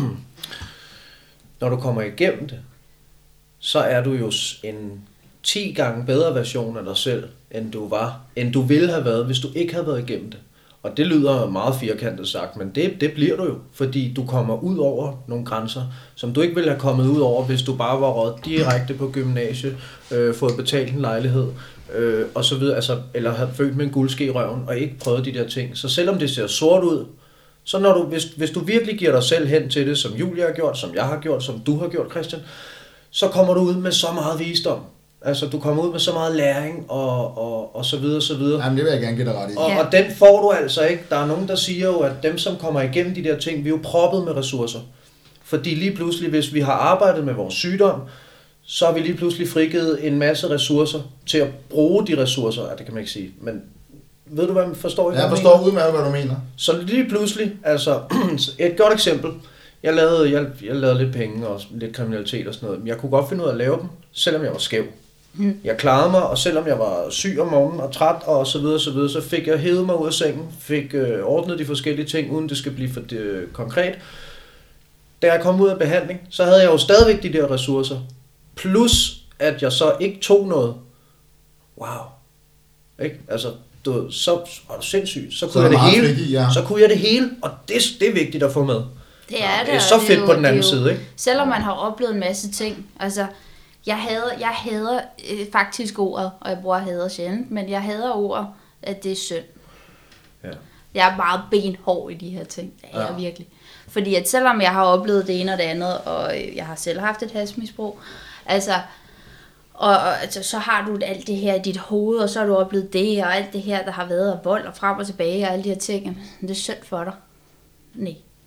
når du kommer igennem det, så er du jo en 10 gange bedre version af dig selv, end du ville have været, hvis du ikke havde været igennem det. Og det lyder meget firkantet sagt, men det bliver du jo, fordi du kommer ud over nogle grænser, som du ikke ville have kommet ud over, hvis du bare var røget direkte på gymnasiet, fået betalt en lejlighed, og så videre, altså, eller havde født med en guldske i røven, og ikke prøvet de der ting. Så selvom det ser sort ud, så når du, hvis du virkelig giver dig selv hen til det, som Julia har gjort, som jeg har gjort, som du har gjort, Christian, så kommer du ud med så meget visdom. Altså, du kommer ud med så meget læring, og så videre, så videre. Jamen, det vil jeg gerne give dig ret i. Og den får du altså ikke. Der er nogen, der siger jo, at dem, som kommer igennem de der ting, vi er jo proppet med ressourcer. Fordi lige pludselig, hvis vi har arbejdet med vores sygdom, så har vi lige pludselig frigivet en masse ressourcer til at bruge de ressourcer. Ja, det kan man ikke sige, men ved du, hvad man forstår? Jeg forstår udmærket, hvad du mener. Så lige pludselig, altså, et godt eksempel. Jeg lavede lidt penge og lidt kriminalitet og sådan noget. Men jeg kunne godt finde ud af at lave dem, selvom jeg var skæv. Jeg klarede mig, og selvom jeg var syg om morgenen og træt og så videre, så fik jeg hævet mig ud af sengen, fik ordnet de forskellige ting, uden det skal blive for konkret. Da jeg kom ud af behandling, så havde jeg jo stadigvæk de der ressourcer. Plus, at jeg så ikke tog noget. Wow. Ikke? Altså, så var det sindssygt. Så kunne jeg det hele. Så kunne jeg det hele, og det er vigtigt at få med. Det er det er så fedt på den anden side, ikke? Selvom man har oplevet en masse ting, altså... Jeg hader faktisk ordet, og jeg bruger hader sjældent, men jeg hader ordet, at det er synd. Ja. Jeg er meget benhård i de her ting. Det er jeg virkelig. Fordi at selvom jeg har oplevet det ene og det andet, og jeg har selv haft et hashmisbrug, altså, altså, så har du alt det her i dit hoved, og så har du oplevet det, og alt det her, der har været af vold og frem og tilbage, og alle de her ting. Men det er synd for dig. Nej.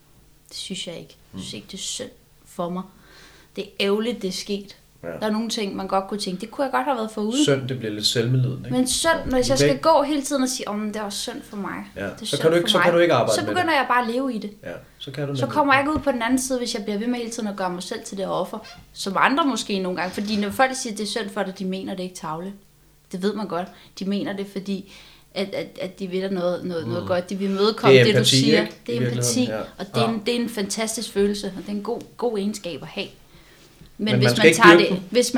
Det synes jeg ikke. Jeg synes ikke, det er synd for mig. Det er ærgerligt, det er sket. Ja. Der er nogle ting, man godt kunne tænke, det kunne jeg godt have været foruden. Synd, det bliver lidt selvmedlidende, ikke? Men synd, når jeg skal gå hele tiden og sige, det er også synd for mig. Ja. Det er Så kan du ikke arbejde så med det. begynder jeg bare at leve i det. Ja. Så kommer jeg ikke ud på den anden side, hvis jeg bliver ved med hele tiden at gøre mig selv til det offer. Som andre måske nogle gange. Fordi når folk siger, at det er synd for dig, de mener det ikke tavle. Det ved man godt. De mener det, fordi at de vil der noget godt. De vil mødekomme det, du siger. Ikke? Det er empati. Ja. Og det er en fantastisk følelse. Og det er en god egenskab at have. Men hvis man tager det...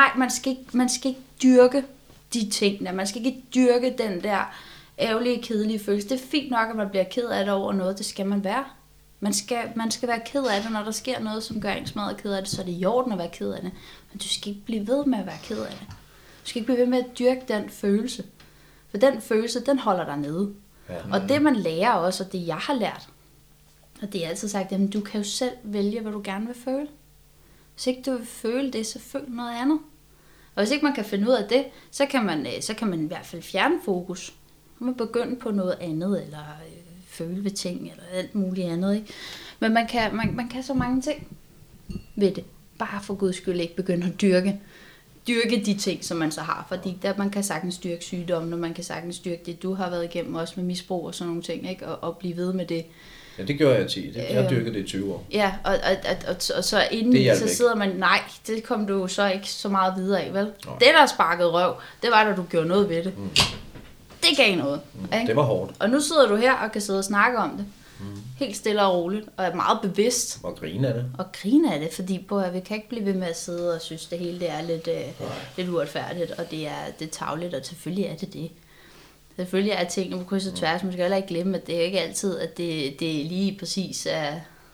man skal ikke dyrke de ting. Man skal ikke dyrke den der ærgerlige, kedelige følelse. Det er fint nok, at man bliver ked af det over noget. Det skal man være. Man skal være ked af det, når der sker noget, som gør en smadret ked af det, så er det i orden at være ked af det. Men du skal ikke blive ved med at være ked af det. Du skal ikke blive ved med at dyrke den følelse. For den følelse, den holder dig nede. Ja. Og det man lærer også, og det jeg har lært, og det er altid sagt, at du kan jo selv vælge, hvad du gerne vil føle. Hvis ikke du vil føle det, så føl noget andet. Og hvis ikke man kan finde ud af det, så kan man i hvert fald fjerne fokus. Så kan man begynde på noget andet, eller føle ved ting, eller alt muligt andet. Ikke? Men man kan så mange ting ved det. Bare for guds skyld ikke begynde at dyrke de ting, som man så har. Fordi der, man kan sagtens dyrke sygdommen, og man kan sagtens dyrke det, du har været igennem, også med misbrug og sådan nogle ting, ikke? Og blive ved med det. Ja, det gjorde jeg 10. Jeg dyrkede det i 20 år. Ja, og så inden så sidder man, nej, det kom du så ikke så meget videre af, vel? Nej. Det, der sparkede røv, det var, da du gjorde noget ved det. Det gav noget. Ikke? Det var hårdt. Og nu sidder du her og kan sidde og snakke om det. Helt stille og roligt, og er meget bevidst. Og grine af det. Fordi vi kan ikke blive ved med at sidde og synes, det hele det er lidt uretfærdigt, og det er tarveligt, og selvfølgelig er det det. Selvfølgelig er tingene på kryds og tværs, man skal heller ikke glemme, at det er ikke altid, at det lige præcis er...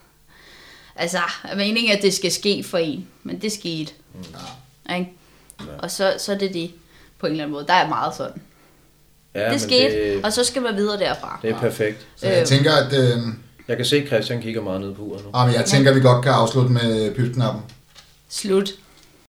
Altså, er meningen, at det skal ske for en, men det skete. Ja. Ikke? Ja. Og så er det på en eller anden måde. Der er meget sådan. Ja, det skete, og så skal man videre derfra. Det er perfekt. Så jeg tænker, at... Jeg kan se, at Christian kigger meget ned på uret nu. Men jeg tænker, at vi godt kan afslutte med pytknappen. Slut.